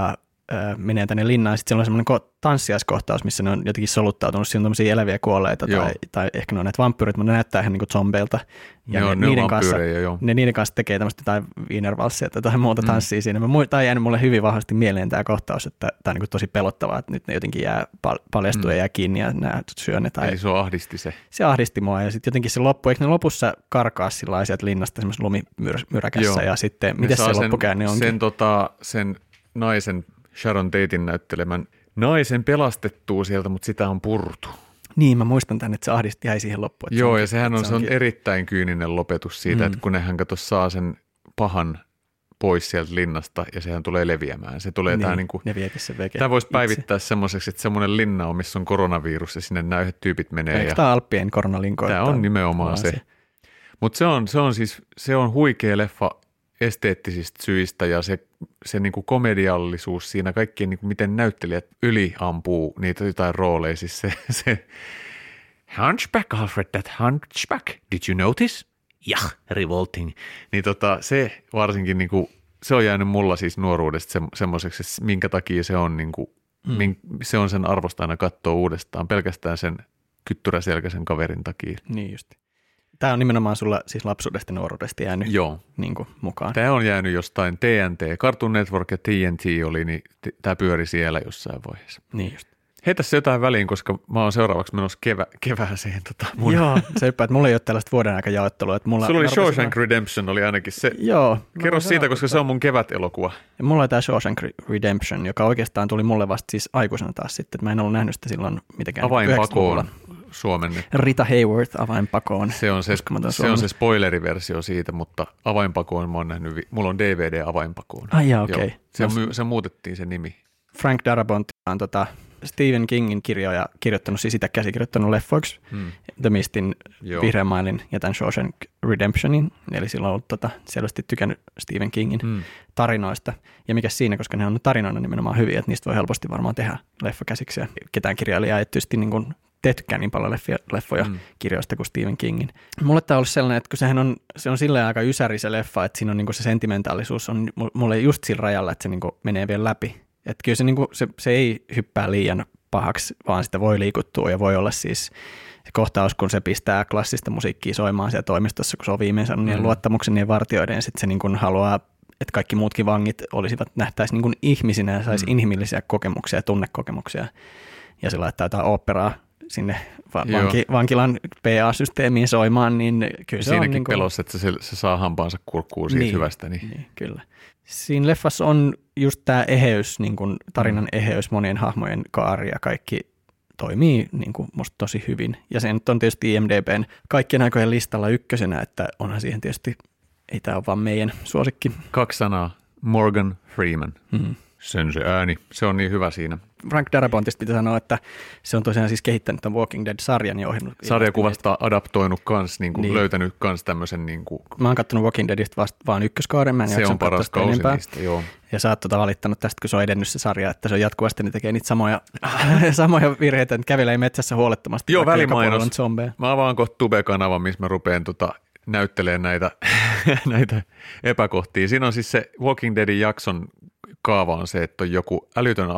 menee tänne linnaan ja sitten siellä on semmoinen tanssiaiskohtaus, missä ne on jotenkin soluttautunut, siinä on tämmöisiä eläviä kuolleita tai ehkä ne on näitä vampyyrit, mutta ne näyttää ihan niin kuin zombeilta. Ja niiden kanssa tekee tämmöistä tai wienervalssia tai jotain muuta tanssia siinä. Tämä on jäänyt mulle hyvin vahvasti mieleen tämä kohtaus, että tämä on niin kuin tosi pelottavaa, että nyt ne jotenkin paljastuu ja jää kiinni ja nämä syö ne. Eli se ahdisti se. Se ahdisti mua ja sitten jotenkin se loppu, eikö ne lopussa karkaa sillä sieltä linnasta semmoisessa lumimyräkässä ja sitten, miten se loppukäänne onkin? Sen naisen Sharon Taten näyttelemän naisen pelastettua sieltä, mutta sitä on purtu. Niin, mä muistan tämän, että se ahdisti jäi siihen loppuun. Joo, ja se on erittäin kyyninen lopetus siitä, että kun hän saa sen pahan pois sieltä linnasta ja sehän tulee leviämään. Se tulee tämä voisi päivittää semmoiseksi, että semmoinen linna on, missä on koronavirus ja sinne nämä yhdet tyypit menee. Eikö tämä Alppien koronalinko? Tämä on nimenomaan se. Mutta se on huikea leffa esteettisistä syistä ja se niin kuin komediallisuus siinä, kaikkien niin kuin miten näyttelijät yliampuu niitä jotain rooleja. Siis se Hunchback, Alfred, that hunchback, did you notice? Yeah, revolting. Niin se varsinkin, niin kuin, se on jäänyt mulla siis nuoruudesta semmoiseksi, minkä takia se on, niin kuin, se on sen arvosta aina katsoa uudestaan, pelkästään sen kyttyräselkäisen kaverin takia. Niin just. Tämä on nimenomaan sulla siis lapsuudesta ja nuoruudesta jäänyt niin kuin, mukaan. Tämä on jäänyt jostain TNT, Cartoon Network ja TNT oli, niin tämä pyöri siellä jossain vaiheessa. Niin just. Heitä se jotain väliin, koska mä oon seuraavaksi menossa kevääseen. Joo, se että mulla ei ole tällaista vuoden aika jaottelua. Sulla oli Shawshank Redemption, oli ainakin se. Joo. Kerro siitä, koska se on mun kevätelokuva. Ja mulla oli tämä Shawshank Redemption, joka oikeastaan tuli mulle vasta siis aikuisena taas sitten. Mä en ollut nähnyt sitä silloin mitenkään. Avainpakoon suomennettu. Rita Hayworth Avainpakoon. Se on se spoileriversio siitä, mutta Avainpakoon mä oon nähnyt, mulla on DVD Avainpakoon. Ai jaa, okei. Se muutettiin se nimi. Frank Darabont on Stephen Kingin kirjoja kirjoittanut, siis sitä käsikirjoittanut leffoiksi, The Mistin, Vihreän mailin ja tämän Shawshank Redemptionin, eli silloin on ollut selvästi tykännyt Stephen Kingin tarinoista. Ja mikä siinä, koska ne on tarinoina nimenomaan hyviä, että niistä voi helposti varmaan tehdä leffakäsiksi. Ketään kirjailijaa ei tietysti niin kuin tehtykään niin paljon leffoja kirjoista kuin Stephen Kingin. Mulle tämä on ollut sellainen, että kun se on silleen aika ysäri se leffa, että siinä on niin kuin se sentimentaalisuus on mulle just sillä rajalla, että se niin kuin menee vielä läpi. Että kyllä se ei hyppää liian pahaksi, vaan sitä voi liikuttua ja voi olla siis se kohtaus, kun se pistää klassista musiikkia soimaan siellä toimistossa, kun se on viimein saanut niiden luottamuksen niiden vartijoiden ja sitten se niin kuin haluaa, että kaikki muutkin vangit nähtäisi niin kuin ihmisinä ja saisi inhimillisiä kokemuksia ja tunnekokemuksia ja se laittaa jotain oopperaa sinne vankilan PA-systeemiin soimaan, niin kyllä se siinäkin on niin kuin pelossa, että se saa hampaansa kurkkuun siitä hyvästä. Niin, kyllä. Siinä leffassa on just tämä eheys, niin kuin tarinan eheys, monien hahmojen kaari ja kaikki toimii niin kuin musta tosi hyvin. Ja se nyt on tietysti IMDb:n kaikkien aikojen listalla ykkösenä, että onhan siihen tietysti, ei tämä ole vaan meidän suosikki. 2 sanaa, Morgan Freeman. Sen se ääni, se on niin hyvä siinä. Frank Darabontista pitää sanoa, että se on tosiaan siis kehittänyt tämän Walking Dead-sarjan ja ohjannut. Sarjakuvasta adaptoinut kans, niin. Löytänyt kans tämmöisen. Niin kuin mä oon kattonut Walking Deadistä vaan ykköskauden. Mä en se on paras kausi enempää. Niistä, joo. Ja sä oot valittanut tästä, kun se on edennyt se sarja, että se on jatkuvasti, ne tekee niitä samoja virheitä, että kävelee metsässä huolettomasti. Joo, välimainos. Mä avaan kohta Tube-kanavan, missä mä rupean näyttelemään näitä epäkohtia. Siinä on siis se Walking Deadin jakson kaava on se, että on joku älytön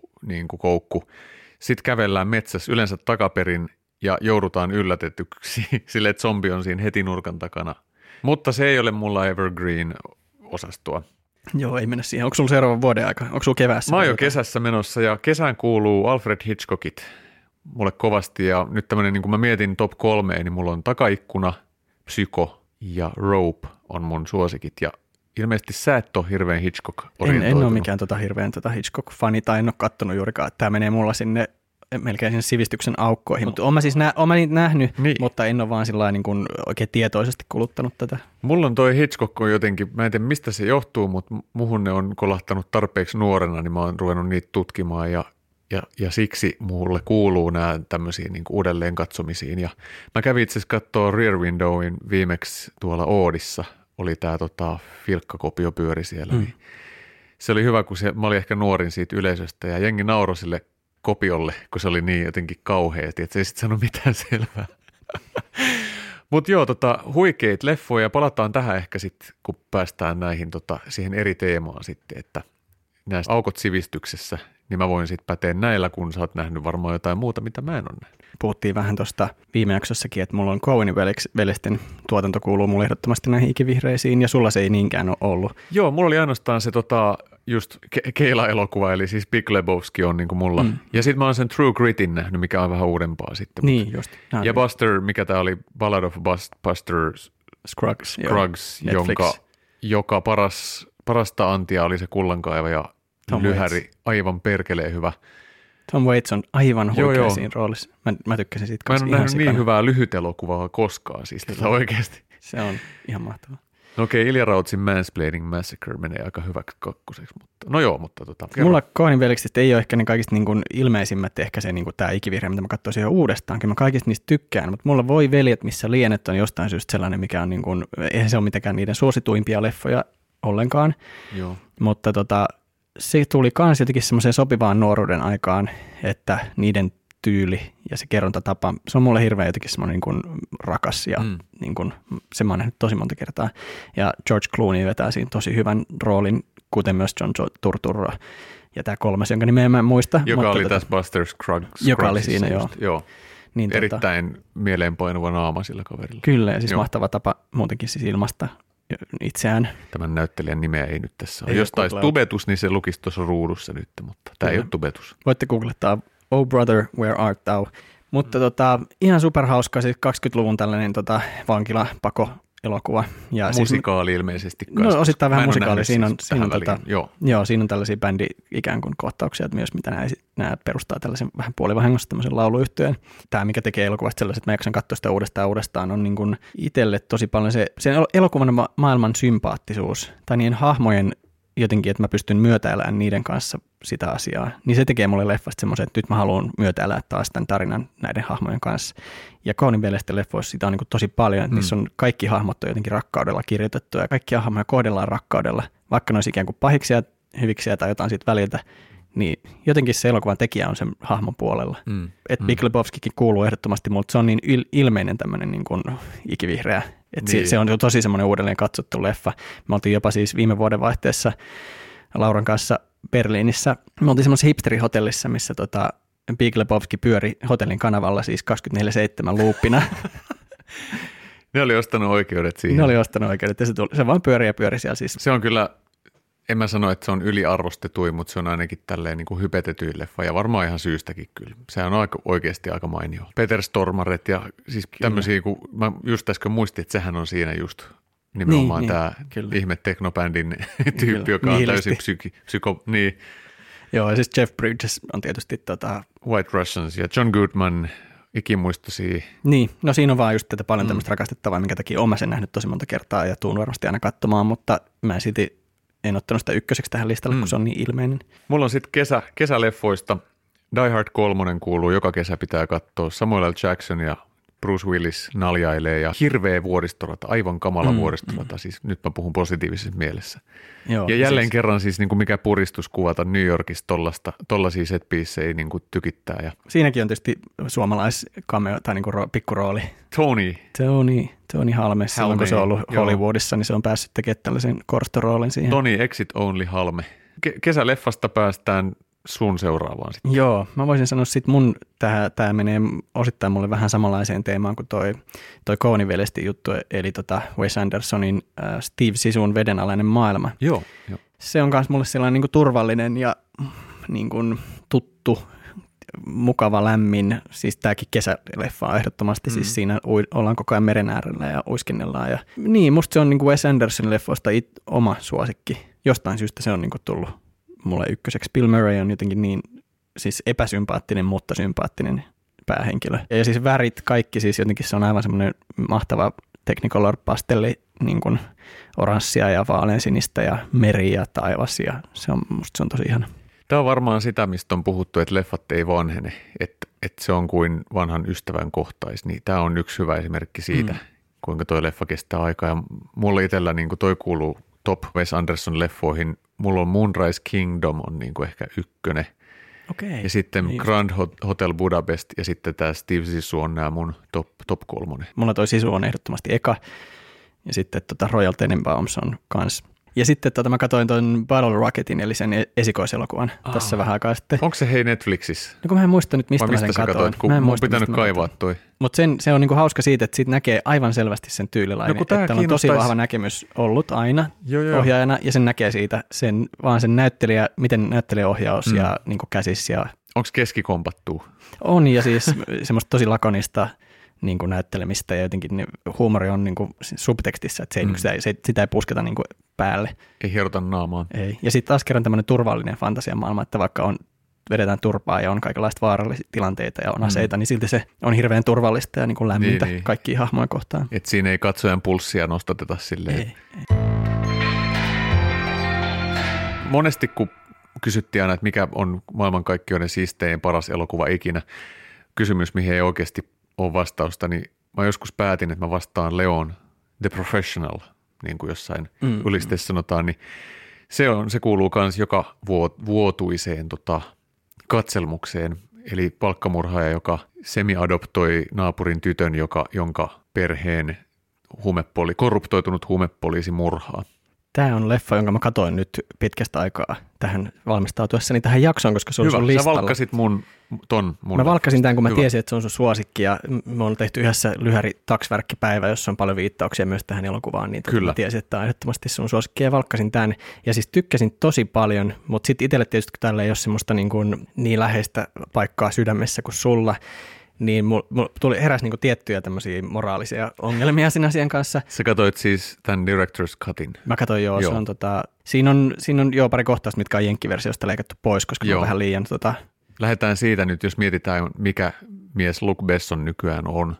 koukku. Sitten kävellään metsässä yleensä takaperin ja joudutaan yllätetyksi sille, että zombi on siinä heti nurkan takana. Mutta se ei ole mulla Evergreen-osastoa. Joo, ei mennä siihen. Onko sulla seuraavan vuoden aika? Onko sulla keväässä? Mä oon jo kesässä menossa ja kesään kuuluu Alfred Hitchcockit mulle kovasti. Ja nyt tämmöinen, niin kun mä mietin top 3, niin mulla on Takaikkuna, Psyko ja Rope on mun suosikit. Ja ilmeisesti sä et ole hirveän Hitchcock-orientoitunut. En ole mikään hirveän Hitchcock-fani tai en ole kattonut juurikaan. Tämä menee mulla sinne melkein sinne sivistyksen aukkoihin. Mutta olen mä niitä nähnyt, mutta en ole vaan sillä niin kuin oikein tietoisesti kuluttanut tätä. Mulla on toi Hitchcock on jotenkin, mä en tiedä mistä se johtuu, mutta muhun ne on kolahtanut tarpeeksi nuorena, niin mä oon ruvennut niitä tutkimaan ja ja siksi mulle kuuluu nämä tämmöisiin niin kuin uudelleen katsomisiin. Ja mä kävin itse asiassa katsoa Rear Windowin viimeksi tuolla Oodissa, oli tämä filkkakopio pyöri siellä. Niin se oli hyvä, kun mä olin ehkä nuorin siitä yleisöstä ja jengi nauroi sille kopiolle, kun se oli niin jotenkin kauheasti, että se ei sitten sano mitään selvää. Mutta joo, huikeita leffoja. Palataan tähän ehkä sitten, kun päästään näihin siihen eri teemaan sitten, että näistä aukot sivistyksessä, niin mä voin sitten päteä näillä, kun sä oot nähnyt varmaan jotain muuta, mitä mä en ole nähnyt. Puhuttiin vähän tuosta viime jaksossakin, että mulla on Coenin veljesten tuotanto kuuluu mulle ehdottomasti näihin ikivihreisiin, ja sulla se ei niinkään ole ollut. Joo, mulla oli ainoastaan se just Keila-elokuva, eli siis Big Lebowski on niin kuin mulla. Ja sitten mä oon sen True Gritin nähnyt, mikä on vähän uudempaa sitten. Niin, just. Ja Buster, mikä tää oli, Ballad of Buster Scruggs, joka parasta antia oli se kullankaiva ja Tom lyhäri, Waits. Aivan perkeleen hyvä. Tom Waits on aivan huikea siinä roolissa. Mä tykkäsin siitä kanssa. Mä en ole nähnyt niin hyvää lyhytelokuvaa koskaan siis oikeasti. Se on ihan mahtavaa. No okei, Ilja Rautsin Mansplaining Massacre menee aika hyväksi kakkoseksi, mutta no joo, mutta Mulla Coenin veljeksistä ei ole ehkä ne kaikista niin kuin ilmeisimmät, ehkä se niin kuin tämä ikivihreä, mitä mä katsoisin jo uudestaankin. Mä kaikista niistä tykkään, mutta mulla voi veljet, missä lienet on jostain syystä sellainen, mikä on niin kuin, eihän se ole mitenkään niiden suosituimpia leffoja ollenkaan. Joo. Mutta se tuli kans jotenkin semmoiseen sopivaan nuoruuden aikaan, että niiden tyyli ja se kerrontatapa, se on mulle hirveän jotenkin semmoinen niin kuin rakas ja niin kuin, se mä oon nähnyt tosi monta kertaa. Ja George Clooney vetää siinä tosi hyvän roolin, kuten myös John Turturro. Ja tämä kolmas, jonka nimeä mä en muista. Joka oli tässä Buster Scruggs. Joka oli siinä, joo. Niin, erittäin mieleenpainuva naama sillä kaverilla. Kyllä, ja siis mahtava tapa muutenkin siis ilmasta itseään. Tämän näyttelijän nimeä ei nyt tässä ole. Jos taisi tubetus, niin se lukisi tuossa ruudussa nyt, mutta tämä ei ole tubetus. Voitte googlettaa Oh Brother, Where Art Thou? Mutta ihan superhauska, siis 20-luvun tällainen vankilapako-elokuva. Ja musikaali ilmeisesti. No osittain vähän musikaali. Siinä on Joo, siinä on tällaisia bändi ikään kuin kohtauksia myös, mitä nämä perustaa tällaisen vähän puolivahingossa tämmöisen lauluyhtyeen. Tämä, mikä tekee elokuvasta sellaiset, että mä jaksan katsoa sitä uudestaan, on niin kuin itselle tosi paljon se elokuvan maailman sympaattisuus tai niiden hahmojen jotenkin, että mä pystyn myötäelämään niiden kanssa sitä asiaa, niin se tekee mulle leffasta semmoisen, että nyt mä haluan myötäelää taas tämän tarinan näiden hahmojen kanssa. Ja Coenin veljesten leffoissa sitä on niin kuin tosi paljon, että niissä on kaikki hahmot on jotenkin rakkaudella kirjoitettu ja kaikki hahmoja kohdellaan rakkaudella, vaikka ne olisi ikään kuin pahiksia, hyviksiä tai jotain siitä väliltä, niin jotenkin se elokuvan tekijä on sen hahmon puolella. Että Big Lebowskikin kuuluu ehdottomasti, mutta se on niin ilmeinen tämmöinen niin kuin ikivihreä. Että se on tosi semmoinen uudelleen katsottu leffa. Me oltiin jopa siis viime vuoden vaihteessa Lauran kanssa Berliinissä. Me oltiin semmoisessa hipsterihotellissa, missä Big Lebowski pyöri hotellin kanavalla siis 24/7 luuppina. Ne oli ostanut oikeudet siihen. Ne oli ostanut oikeudet ja se vaan pyöri siellä siis. Se on kyllä, en mä sano, että se on yliarvostetuin, mutta se on ainakin tälleen niin kuin hypetetyin leffa ja varmaan ihan syystäkin kyllä. Se on oikeasti aika mainio. Peter Stormaret ja siis tämmöisiä, kun mä just äsken muistin, että sehän on siinä just nimenomaan tämä ihme teknobändin tyyppi, joka on täysin niin. Joo, ja siis Jeff Bridges on tietysti White Russians ja John Goodman, ikimuistoisia. Niin, no siinä on vaan just tätä paljon tämmöistä rakastettavaa, minkä takia olen sen nähnyt tosi monta kertaa ja tuun varmasti aina katsomaan, mutta mä en ottanut sitä ykköseksi tähän listalle, kun se on niin ilmeinen. Mulla on sitten kesäleffoista. Die Hard 3 kuuluu, joka kesä pitää katsoa. Samuel L. Jackson ja Bruce Willis naljailee ja hirveä vuoristorata, aivan kamala vuoristorata. Siis nyt mä puhun positiivisessa mielessä. Joo, ja jälleen kerran siis niin kuin mikä puristus kuvata New Yorkissa tollaisia set-piecejä niin kuin tykittää. Ja siinäkin on tietysti suomalaiskameo tai niin kuin pikkurooli. Tony Halme, silloin kun se on ollut Hollywoodissa, niin se on päässyt tekemään tällaisen korstoroolin siihen. Tony Exit Only Halme. Kesäleffasta päästään sun seuraavaan sitten. Joo, mä voisin sanoa sitten tämä menee osittain mulle vähän samanlaiseen teemaan kuin toi Coenin veljestin juttu, eli Wes Andersonin Steve Sisun Vedenalainen maailma. Joo. Se on myös mulle sellainen niin kuin turvallinen ja niin kuin tuttu, mukava, lämmin, siis tämäkin kesäleffa on ehdottomasti, siis siinä ollaan koko ajan meren äärellä ja uiskennellaan. Ja niin, musta se on niin kuin Wes Andersonin leffoista oma suosikki. Jostain syystä se on niin kuin tullut mulle ykköseksi. Bill Murray on jotenkin niin siis epäsympaattinen, mutta sympaattinen päähenkilö. Ja siis värit, kaikki siis jotenkin se on aivan semmoinen mahtava Technicolor-pastelli, niin kuin oranssia ja vaaleansinistä ja meri ja taivas ja musta se on tosi ihana. Tämä on varmaan sitä, mistä on puhuttu, että leffat ei vanhene, että se on kuin vanhan ystävän kohtais. Niin tämä on yksi hyvä esimerkki siitä, kuinka toi leffa kestää aikaa. Ja mulla itsellä niin toi kuuluu top Wes Anderson leffoihin. Mulla on Moonrise Kingdom on niin ehkä ykkönen. Okei. Ja sitten niin Grand Hotel Budapest ja sitten tämä Steve Zissou on nämä mun top 3. Mulla toi Zissou on ehdottomasti eka ja sitten Royal Tenenbaums on kans. Ja sitten mä katsoin ton Battle Rocketin eli sen esikoiselokuvan tässä vähän aikaa sitten. Onko se hei Netflixissä? No kun mä en muista nyt mistä mä sen katoin. Mä en muista, pitänyt kaivaa toi. Mutta se on niinku hauska siitä, että siitä näkee aivan selvästi sen tyylilainen. No, että on tosi vahva näkemys ollut aina ohjaajana ja sen näkee siitä vaan sen näyttelijä, miten näyttelijäohjaus ja niinku käsissä. Ja onko keskikompattua? On ja siis semmoista tosi lakonista niin kuin näyttelemistä ja jotenkin huumori on niin kuin subtekstissä, että sitä ei pusketa niin kuin päälle. Ei hierota naamaan. Ei. Ja sitten taas kerran tämmöinen turvallinen fantasiamaailma, että vaikka vedetään turpaa ja on kaikenlaista vaarallisia tilanteita ja on aseita, niin silti se on hirveän turvallista ja niin kuin lämmintä kaikkiin hahmoja kohtaan. Et siinä ei katsojan pulssia nostateta silleen. Ei. Monesti kun kysyttiin aina, että mikä on maailmankaikkeuden siistein paras elokuva ikinä, kysymys mihin ei oikeasti ole vastausta, niin mä joskus päätin, että mä vastaan Leon The Professional, niin kuin jossain ylisteessä sanotaan, niin se kuuluu myös joka vuotuiseen katselmukseen, eli palkkamurhaaja, joka semi-adoptoi naapurin tytön, jonka perheen korruptoitunut huumepoliisi murhaa. Tämä on leffa, jonka mä katsoin nyt pitkästä aikaa tähän valmistautuessani tähän jaksoon, koska se on sun listalla. Sä valkkasit mun. Mä valkkasin tämän, kun mä tiesin, että se on sun suosikki ja me on tehty yhdessä lyhäri taksvärkkipäivä, jossa on paljon viittauksia myös tähän elokuvaan, niin mä tiesin, että tämä on ehdottomasti sun suosikki ja valkkasin tämän. Ja siis tykkäsin tosi paljon, mutta sitten itselle tietysti, kun täällä ei ole semmoista niin läheistä paikkaa sydämessä kuin sulla, niin mulla heräsi niinku tiettyjä tämmöisiä moraalisia ongelmia siinä asian kanssa. Sä katsoit siis tämän Director's Cutin? Mä katsoin joo. Se on siinä on pari kohtausta, mitkä on jenkkiversiosta leikattu pois, koska se on vähän liian Lähdetään siitä nyt, jos mietitään, mikä mies Luc Besson nykyään on,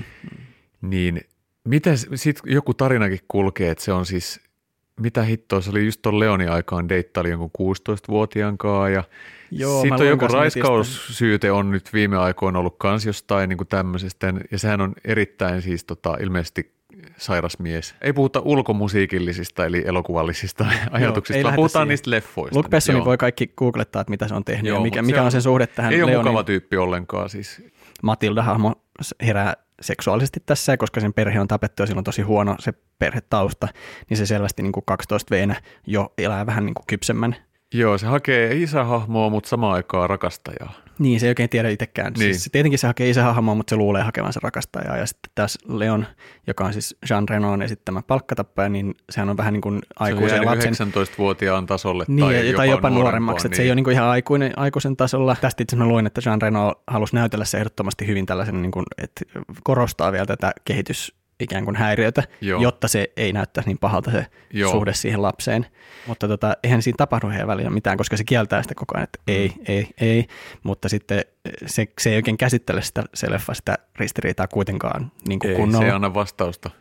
niin miten sitten joku tarinakin kulkee, että se on siis, mitä hittoa, se oli just tuon Leonin aikaan deittaili jonkun 16-vuotiaan ja sitten on joku raiskaussyyte on nyt viime aikoina ollut kans jostain niin kuin tämmöisestä, ja sehän on erittäin siis ilmeisesti sairas mies. Ei puhuta ulkomusiikillisista eli elokuvallisista ajatuksista, vaan puhutaan niistä leffoista. Luc Bessonin voi kaikki googlettaa, että mitä se on tehnyt ja mikä on sen suhde tähän Leonin. Ei ole mukava tyyppi ollenkaan siis. Matilda-hahmo herää seksuaalisesti tässä, koska sen perhe on tapettu ja sillä on tosi huono se perhetausta, niin se selvästi niin kuin 12-vuotiaana jo elää vähän niin kuin kypsemmän. Joo, se hakee isähahmoa, mutta samaan aikaan rakastajaa. Niin, se ei oikein tiedä itsekään. Niin. Siis, tietenkin se hakee isähahmoa, mutta se luulee hakevansa rakastajaa. Ja sitten taas Leon, joka on siis Jean Renaultin esittämä palkkatappaja, niin sehän on vähän niin kuin aikuisen lapsen. 19-vuotiaan tasolle niin, tai jopa nuoremmaksi. Niin. Se ei ole niin kuin ihan aikuisen tasolla. Tästä itse asiassa mä luin, että Jean Reno halusi näytellä se ehdottomasti hyvin tällaisen, niin kuin, että korostaa vielä tätä ikään kuin häiriötä, jotta se ei näyttäisi niin pahalta se suhde siihen lapseen. Mutta eihän siinä tapahdu heidän välillä mitään, koska se kieltää sitä koko ajan, että ei. Mutta sitten se ei oikein käsittele se leffa sitä ristiriitaa kuitenkaan niin kuin kunnolla. Se ei anna vastausta.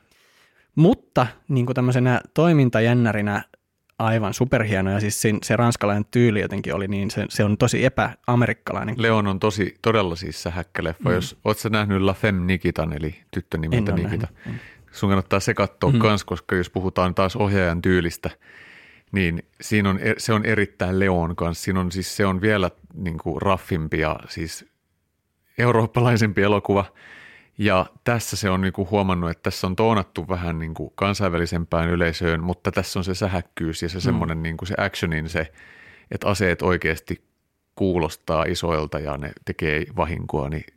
Mutta niin kuin tämmöisenä toimintajännärinä aivan superhieno, ja siis se ranskalainen tyyli jotenkin oli niin, se on tosi epäamerikkalainen. Leon on todella siis sähäkkä leffa. Jos oot sä nähnyt La Femme Nikitan, eli tyttön nimeltä Nikita. Sun kannattaa se katsoa kans, koska jos puhutaan taas ohjaajan tyylistä, niin siinä se on erittäin Leon kanssa. Siinä on siis, se on vielä niin kuin raffimpi ja siis eurooppalaisempi elokuva. Ja tässä se on niinku huomannut, että tässä on toonattu vähän niinku kansainvälisempään yleisöön, mutta tässä on se sähäkkyys ja se semmoinen niinku se actionin se, että aseet oikeasti kuulostaa isoilta ja ne tekee vahinkoa, niin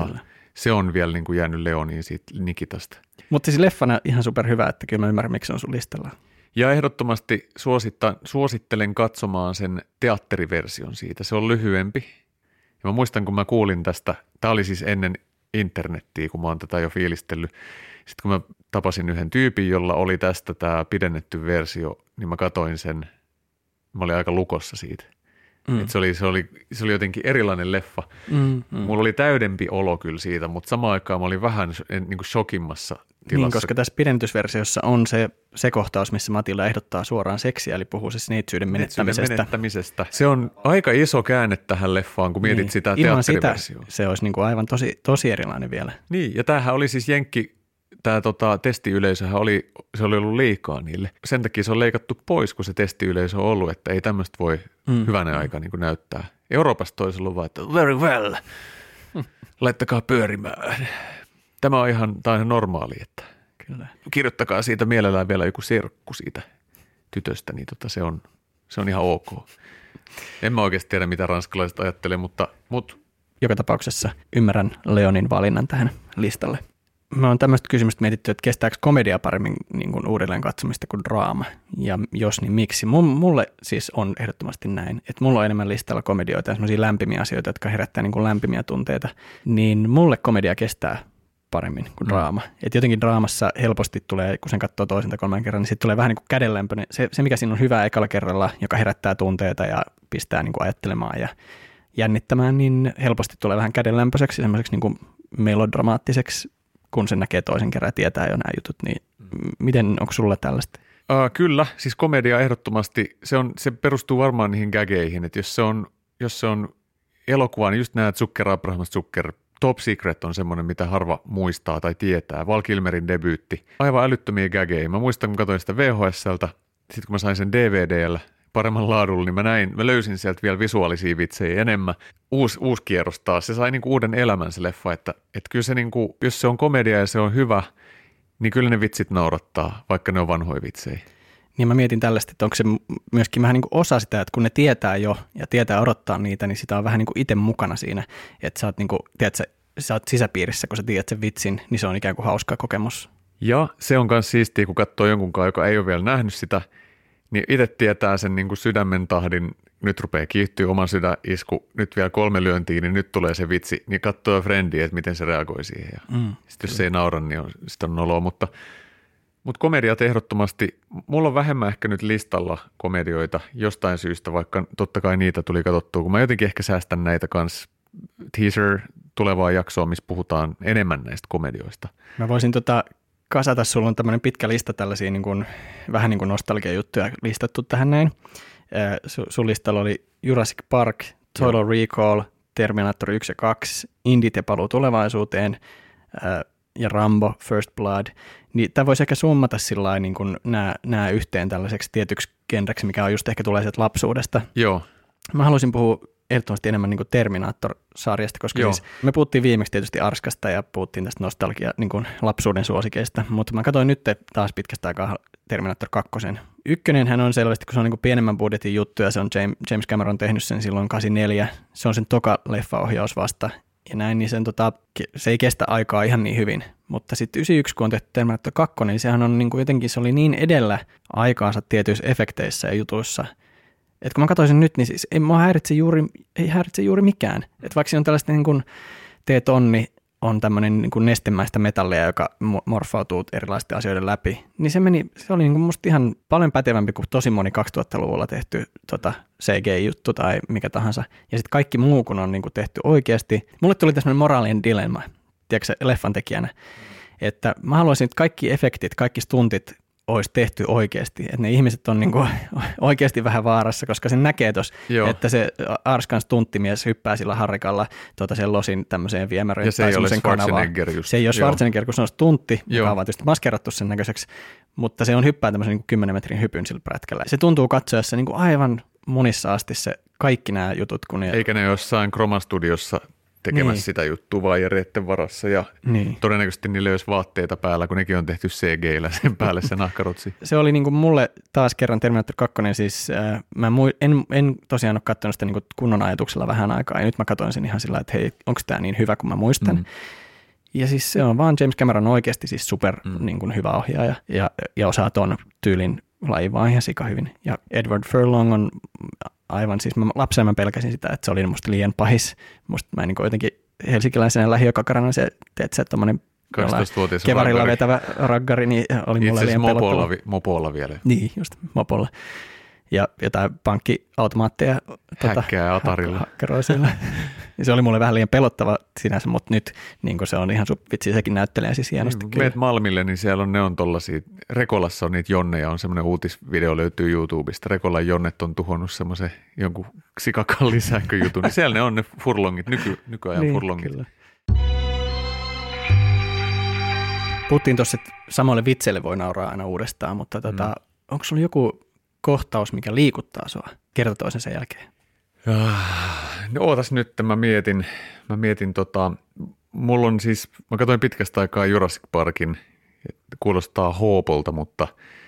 se on vielä niinku jäänyt Leoniin siitä Nikitasta. Mutta siis leffana ihan superhyvä, että kyllä mä ymmärrän, miksi se on sun listalla. Ja ehdottomasti suosittelen katsomaan sen teatteriversion siitä. Se on lyhyempi. Ja mä muistan, kun mä kuulin tästä, tämä oli siis ennen internettiä, kun mä oon tätä jo fiilistellyt. Sitten kun mä tapasin yhden tyypin, jolla oli tästä tämä pidennetty versio, niin mä katoin sen, mä olin aika lukossa siitä. Et se oli jotenkin erilainen leffa. Mulla oli täydempi olo kyllä siitä, mutta samaan aikaan mä olin vähän niin kuin shokimmassa tilassa. Niin, koska tässä pidennetysversiossa on se kohtaus, missä Matilda ehdottaa suoraan seksiä, eli puhuu siis neitsyyden menettämisestä. Se on aika iso käänne tähän leffaan, kun mietit sitä teatteriversioa. Ilman sitä se olisi niin kuin aivan tosi erilainen vielä. Niin, ja tämähän oli siis tämä testiyleisöhän oli ollut liikaa niille. Sen takia se on leikattu pois, kun se testiyleisö on ollut, että ei tämmöistä voi hyvänä aikaa niin kuin näyttää. Euroopassa toisi ollut vaan, että very well, laittakaa pyörimään. Tämä on ihan normaali, että kyllä. Kirjoittakaa siitä mielellään vielä joku serkku siitä tytöstä, niin se on ihan ok. En mä oikeasti tiedä, mitä ranskalaiset ajattelee, mutta joka tapauksessa ymmärrän Leonin valinnan tähän listalle. Me on tämmöistä kysymystä mietitty, että kestääkö komedia paremmin niin kuin uudelleen katsomista kuin draama, ja jos niin miksi. Mulle siis on ehdottomasti näin, että mulla on enemmän listalla komedioita ja semmoisia lämpimiä asioita, jotka herättää niin kuin lämpimiä tunteita, niin mulle komedia kestää paremmin kuin draama. Että jotenkin draamassa helposti tulee, kun sen katsoo toisen tai kolmannen kerran, niin sitten tulee vähän niin kuin kädenlämpöinen. Se, mikä siinä on hyvää ekalla kerralla, joka herättää tunteita ja pistää niin kuin ajattelemaan ja jännittämään, niin helposti tulee vähän kädenlämpöiseksi, semmoiseksi niin kuin melodramaattiseksi, kun sen näkee toisen kerran ja tietää jo nämä jutut, niin miten, onko sulla tällaista? Kyllä, siis komedia ehdottomasti, se perustuu varmaan niihin gageihin, että jos se on elokuva, niin just nämä Zucker, Abraham Zucker, Top Secret on semmoinen, mitä harva muistaa tai tietää, Val Kilmerin debyytti, aivan älyttömiä gageja. Mä muistan, kun katsoin sitä VHS:ltä, sitten kun mä sain sen DVD:llä paremman laadulla, niin mä löysin sieltä vielä visuaalisia vitsejä enemmän. Uusi kierros taas, se sai niinku uuden elämän se leffa, että kyllä se niinku, jos se on komedia ja se on hyvä, niin kyllä ne vitsit naurattaa, vaikka ne on vanhoja vitsejä. Niin mä mietin tällaista, että onko se myöskin vähän niin kuin osa sitä, että kun ne tietää jo ja tietää odottaa niitä, niin sitä on vähän niin kuin itse mukana siinä, että sä oot niin kuin, tiedätkö, sä oot sisäpiirissä, kun sä tiedät sen vitsin, niin se on ikään kuin hauska kokemus. Ja se on myös siistiä, kun katsoo jonkunkaan, joka ei ole vielä nähnyt sitä, niin itse tietää sen niin kuin sydämen tahdin, nyt rupeaa kiihtyä oman sydänisku, nyt vielä 3 lyöntiä, niin nyt tulee se vitsi, niin katsoo Friendiä, että miten se reagoi siihen. Ja sitten jos se ei naura, niin sitä on noloa, mutta komediat ehdottomasti, mulla on vähemmän ehkä nyt listalla komedioita jostain syystä, vaikka totta kai niitä tuli katsottua, kun mä jotenkin ehkä säästän näitä kans teaser tulevaa jaksoa, missä puhutaan enemmän näistä komedioista. Mä voisin kasata, sulla on tämmöinen pitkä lista tällaisia niin kuin, vähän niin kuin nostalgia-juttuja listattu tähän näin. Sun listalla oli Jurassic Park, Total Recall, Terminator 1 ja 2, Indit ja paluu tulevaisuuteen ja Rambo, First Blood. Niin tämä voisi ehkä summata sillä niin kuin nämä yhteen tällaiseksi tietyksi genreksi, mikä on just ehkä tulee sieltä lapsuudesta. Joo. Mä haluaisin puhua ehdottomasti enemmän niin kuin Terminator-sarjasta, koska siis me puhuttiin viimeksi tietysti Arskasta ja puhuttiin tästä nostalgia niin kuin lapsuuden suosikeista, mutta mä katsoin nyt taas pitkästä aikaa Terminator 2. Ykkönenhän on selvästi, kun se on niin kuin pienemmän budjetin juttu ja se on James Cameron tehnyt sen silloin 84. Se on sen toka leffaohjaus vasta ja näin, niin se ei kestä aikaa ihan niin hyvin. Mutta sitten 91, kun on tehty Terminator 2, niin sehän on niin kuin jotenkin, se oli niin edellä aikaansa tietyissä efekteissä ja jutuissa, että kun mä katsoisin nyt, niin siis ei häiritse juuri mikään. Että vaikka siinä on tällaista niin kuin T-tonni on tämmöinen niin kuin nestemäistä metallia, joka morfautuu erilaisten asioiden läpi, niin se oli niin kuin musta ihan paljon pätevämpi kuin tosi moni 2000-luvulla tehty CG-juttu tai mikä tahansa. Ja sitten kaikki muu, kun on niin kuin tehty oikeasti. Mulle tuli tämmöinen moraalinen dilemma, tiedätkö leffan tekijänä, että mä haluaisin, että kaikki efektit, kaikki stuntit olisi tehty oikeasti, että ne ihmiset on niinku oikeasti vähän vaarassa, koska sen näkee tuossa, että se Arskan stunttimies hyppää sillä harrikalla sen losin tämmöiseen viemäröön. Ja se ei ole Schwarzenegger just. Se ei ole Schwarzenegger, kun se on stuntti, joka on vaan tietysti maskerattu sen näköiseksi, mutta se on hyppää tämmöisen niin 10 metrin hypyn sillä prätkällä. Se tuntuu katsojassa niin kuin aivan monissa asti se kaikki nämä jutut. Eikä ne jossain Chroma-studiossa tekemässä sitä juttua vaijereiden varassa ja todennäköisesti niillä olisi vaatteita päällä, kun nekin on tehty CG-llä sen päälle se nahkarotsi. Se oli niin kuin mulle taas kerran Terminator 2, siis mä en tosiaan ole katsonut sitä niin kuin kunnon ajatuksella vähän aikaa ja nyt mä katsoin sen ihan sillä, että hei, onko tämä niin hyvä kuin mä muistan. Ja siis se on vaan James Cameron oikeasti siis super niin kuin hyvä ohjaaja ja osaa ton tyylin lajin vaan ihan sika hyvin. Ja Edward Furlong on aivan, siis lapsena mä pelkäsin sitä, että se oli musta liian pahis. Musta mä niin jotenkin helsinkiläisenä lähiökakarana se, teet sä tommonen kevarilla vetävä raggari, niin oli mulle liian pelottava. Mopolla vielä. Niin, just mopolla. Ja jotain pankkiautomaatteja häkkää Atarilla. Hakkeroi siellä. Se oli mulle vähän liian pelottava sinänsä, mutta nyt niin se on ihan vitsi, sekin näyttelee siis hienosti. Meet Malmille, niin siellä ne on tollaisia, Rekolassa on niitä jonneja, on semmoinen uutisvideo löytyy YouTubesta. Rekolan jonnet on tuhonnut semmoisen jonkun sikakallin sähköjutun, niin siellä ne on ne furlongit, nykyajan niin, furlongit. Kyllä. Puhuttiin tuossa, että samoille vitseille voi nauraa aina uudestaan, mutta onko sulla joku kohtaus, mikä liikuttaa sua kerta toisen sen jälkeen? No ootas nyt, mä mietin mulla on siis, mä katsoin pitkästä aikaa Jurassic Parkin, kuulostaa hoopolta, mutta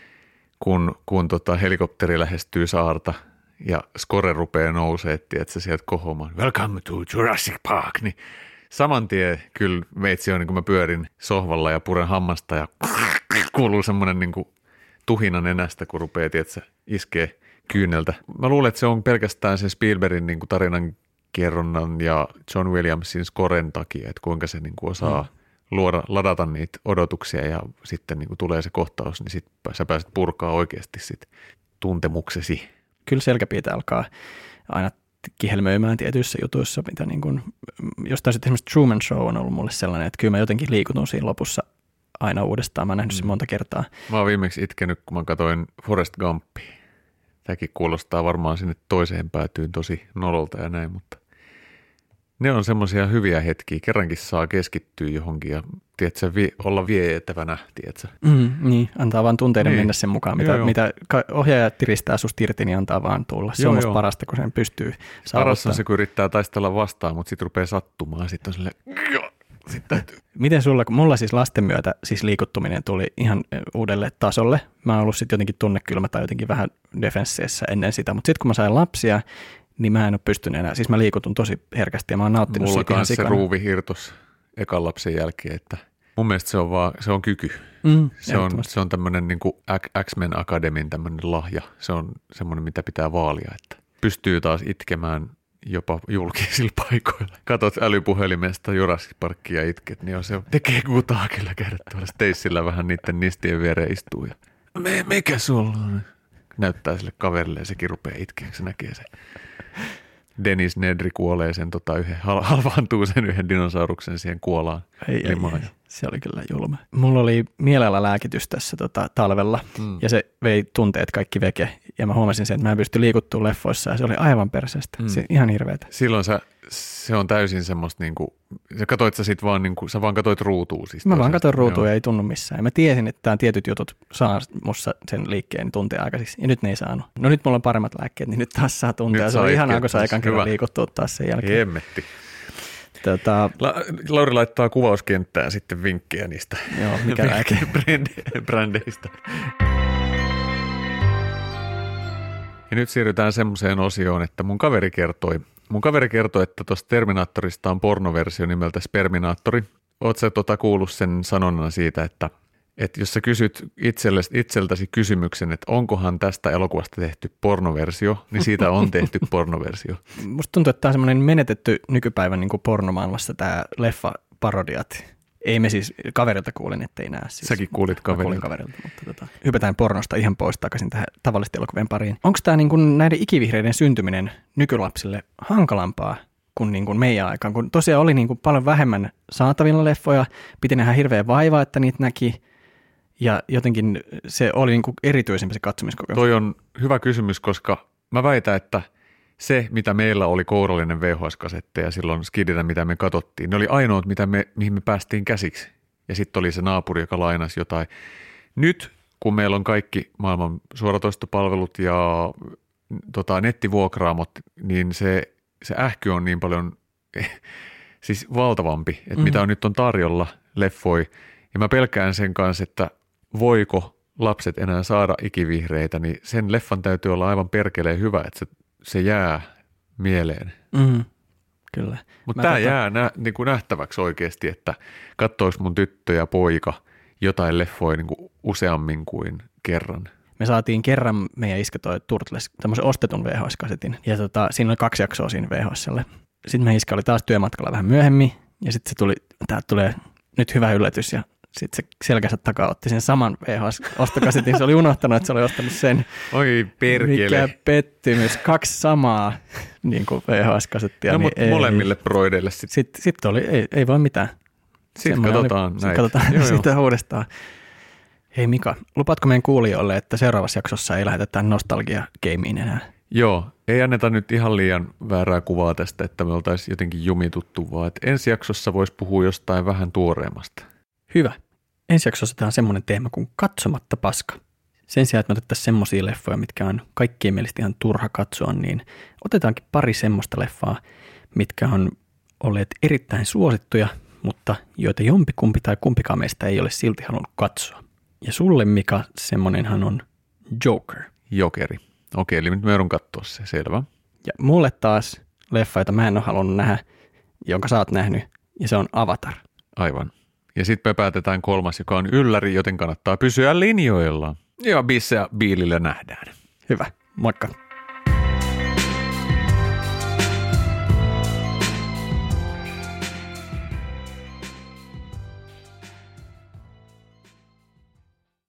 kun helikopteri lähestyy saarta ja skore rupeaa nousee, että se sieltä kohomaan, welcome to Jurassic Park, niin saman tien kyllä meitsi on, niin kun mä pyörin sohvalla ja puren hammasta ja kuuluu semmoinen niin kuin tuhina nenästä, kun rupeaa, tietsä, iskee kyyneltä. Mä luulen, että se on pelkästään sen Spielbergin niin kuin tarinan kerronnan ja John Williamsin scoren takia, että kuinka se niin kuin osaa ladata niitä odotuksia ja sitten niin kuin tulee se kohtaus, niin sit sä pääset purkaa oikeasti sit tuntemuksesi. Kyllä selkäpiitä alkaa aina kihelmöimään tietyissä jutuissa, mitä niin kuin, jostain sitten esimerkiksi Truman Show on ollut mulle sellainen, että kyllä mä jotenkin liikutun siinä lopussa aina uudestaan. Mä oon nähnyt sen monta kertaa. Mä oon viimeksi itkenyt, kun mä katsoin Forrest Gumpia. Tämäkin kuulostaa varmaan sinne toiseen päätyyn tosi nololta ja näin, mutta ne on semmoisia hyviä hetkiä. Kerrankin saa keskittyä johonkin ja tiedätkö, olla vietävänä, tiedätkö? Niin, antaa vaan tunteiden mennä sen mukaan. Mitä ohjaaja tiristää susta irti, niin antaa vaan tulla. Se on musta parasta, kun sen pystyy saavuttaa. Paras on se, kun yrittää taistella vastaan, mutta sitten rupeaa sattumaan. Sitten on silleen, Miten sulla, kun mulla siis lasten myötä siis liikuttuminen tuli ihan uudelle tasolle. Mä oon ollut sitten jotenkin tunnekylmä tai jotenkin vähän defensseissä ennen sitä, mutta sitten kun mä sain lapsia, niin mä en ole pystynyt enää. Siis mä liikutun tosi herkästi ja mä oon nauttinut siitä ihan sikana. Mulla kanssa se ruuvi hirtos ekan lapsen jälkeen, että mun mielestä se on kyky. Se on tämmöinen niin kuin X-Men Academyn tämmöinen lahja. Se on semmoinen, mitä pitää vaalia, että pystyy taas itkemään jopa julkisilla paikoilla. Katot älypuhelimesta Jurassic Parkia ja itket, niin se tekee kutaa kyllä käydä tuolla Stacella vähän niiden nistien viereen istuu. Ja mikä sulla on? Näyttää sille kaverille ja sekin rupeaa itkeäksi, se näkee sen. Dennis Nedry kuolee sen halvaantuu sen yhden dinosauruksen siihen kuolaan limaan. Se oli kyllä julma. Mulla oli mielellä lääkitys tässä talvella ja se vei tunteet kaikki veke. Ja mä huomasin sen, että mä en pysty liikuttua leffoissa ja se oli aivan perseestä. Se ihan hirveetä. Silloin se on täysin semmoista niinku, sä vaan katoit ruutua. Siis mä vaan katoin ruutua ja ei tunnu missään. Ja mä tiesin, että tämän tietyt jutut saa musta sen liikkeen tunteen aikaisiksi ja nyt ne ei saanut. No nyt mulla on paremmat lääkkeet, niin nyt taas saa tuntea. Se on ihanaa, kun saa ekan kerran liikuttua taas sen jälkeen. Hemmetti. Lauri laittaa kuvauskenttään sitten vinkkejä niistä brändeistä. Ja nyt siirrytään semmoiseen osioon, että mun kaveri kertoi, että tuosta Terminaattorista on pornoversio nimeltä Sperminaattori. Ootko sä kuullut sen sanonnan siitä, että jos sä kysyt itseltäsi kysymyksen, että onkohan tästä elokuvasta tehty pornoversio, niin siitä on tehty pornoversio. Musta tuntuu, että tämä on semmoinen menetetty nykypäivän niin kuin pornomaailmassa tämä leffa-parodiat. Ei me siis kaverilta kuulin, ettei näe. Siis. Säkin kuulit kaverilta. Mutta hypätään pornosta ihan pois takaisin tähän tavallisten elokuvien pariin. Onko tämä niin kuin näiden ikivihreiden syntyminen nykylapsille hankalampaa kuin, niin kuin meidän aikaan? Kun tosiaan oli niin kuin paljon vähemmän saatavilla leffoja, piti nähdä hirveä vaivaa, että niitä näki. Ja jotenkin se oli niin kuin erityisempi se katsomiskokemus. Toi on hyvä kysymys, koska mä väitän, että se, mitä meillä oli kourallinen VHS-kasetteja silloin skidinä, mitä me katsottiin, ne oli ainoat, mihin me päästiin käsiksi. Ja sitten oli se naapuri, joka lainasi jotain. Nyt, kun meillä on kaikki maailman suoratoistopalvelut ja nettivuokraamot, niin se ähky on niin paljon siis valtavampi, että mitä nyt on tarjolla leffoi. Ja mä pelkään sen kanssa, että voiko lapset enää saada ikivihreitä, niin sen leffan täytyy olla aivan perkeleen hyvä, että se jää mieleen. Kyllä. Mutta tämä jää niin kuin nähtäväksi oikeasti, että katsoisi mun tyttö ja poika jotain leffoja niin kuin useammin kuin kerran. Me saatiin kerran meidän iskä toi Turtles, tämmöisen ostetun VHS-kasetin, ja siinä oli 2 jaksoa siinä VHS:lle. Sitten meidän iskä oli taas työmatkalla vähän myöhemmin, ja sitten täältä tulee nyt hyvä yllätys, ja sitten se selkänsä takaa otti sen saman VHS-ostokasetin. Se oli unohtanut, että se oli ostanut sen. Oi perkele. Mikä pettymys. 2 samaa niin kuin VHS-kasettia. No, niin mutta molemmille proideille sitten. Sitten oli, ei voi mitään. Sitten katsotaan näitä. Katsotaan sitä uudestaan. Hei Mika, lupaatko meidän kuulijoille, että seuraavassa jaksossa ei lähdetä nostalgia-gameen enää? Joo, ei anneta nyt ihan liian väärää kuvaa tästä, että me oltaisiin jotenkin jumituttu, vaan että ensi jaksossa voisi puhua jostain vähän tuoreemmasta. Hyvä. Ensi jaksossa otetaan semmoinen teema kuin katsomatta paska. Sen sijaan, että me otettaisiin semmoisia leffoja, mitkä on kaikkien mielestä ihan turha katsoa, niin otetaankin pari semmoista leffaa, mitkä on olleet erittäin suosittuja, mutta joita jompikumpi tai kumpikaan meistä ei ole silti halunnut katsoa. Ja sulle, Mika, semmonenhan on Joker. Jokeri. Okei, eli nyt me joudun katsoa se, selvä. Ja mulle taas leffa, jota mä en ole halunnut nähdä, jonka sä oot nähnyt, ja se on Avatar. Aivan. Ja sitten me päätetään 3, joka on ylläri, joten kannattaa pysyä linjoilla. Ja Bisse ja Biilillä nähdään. Hyvä, moikka.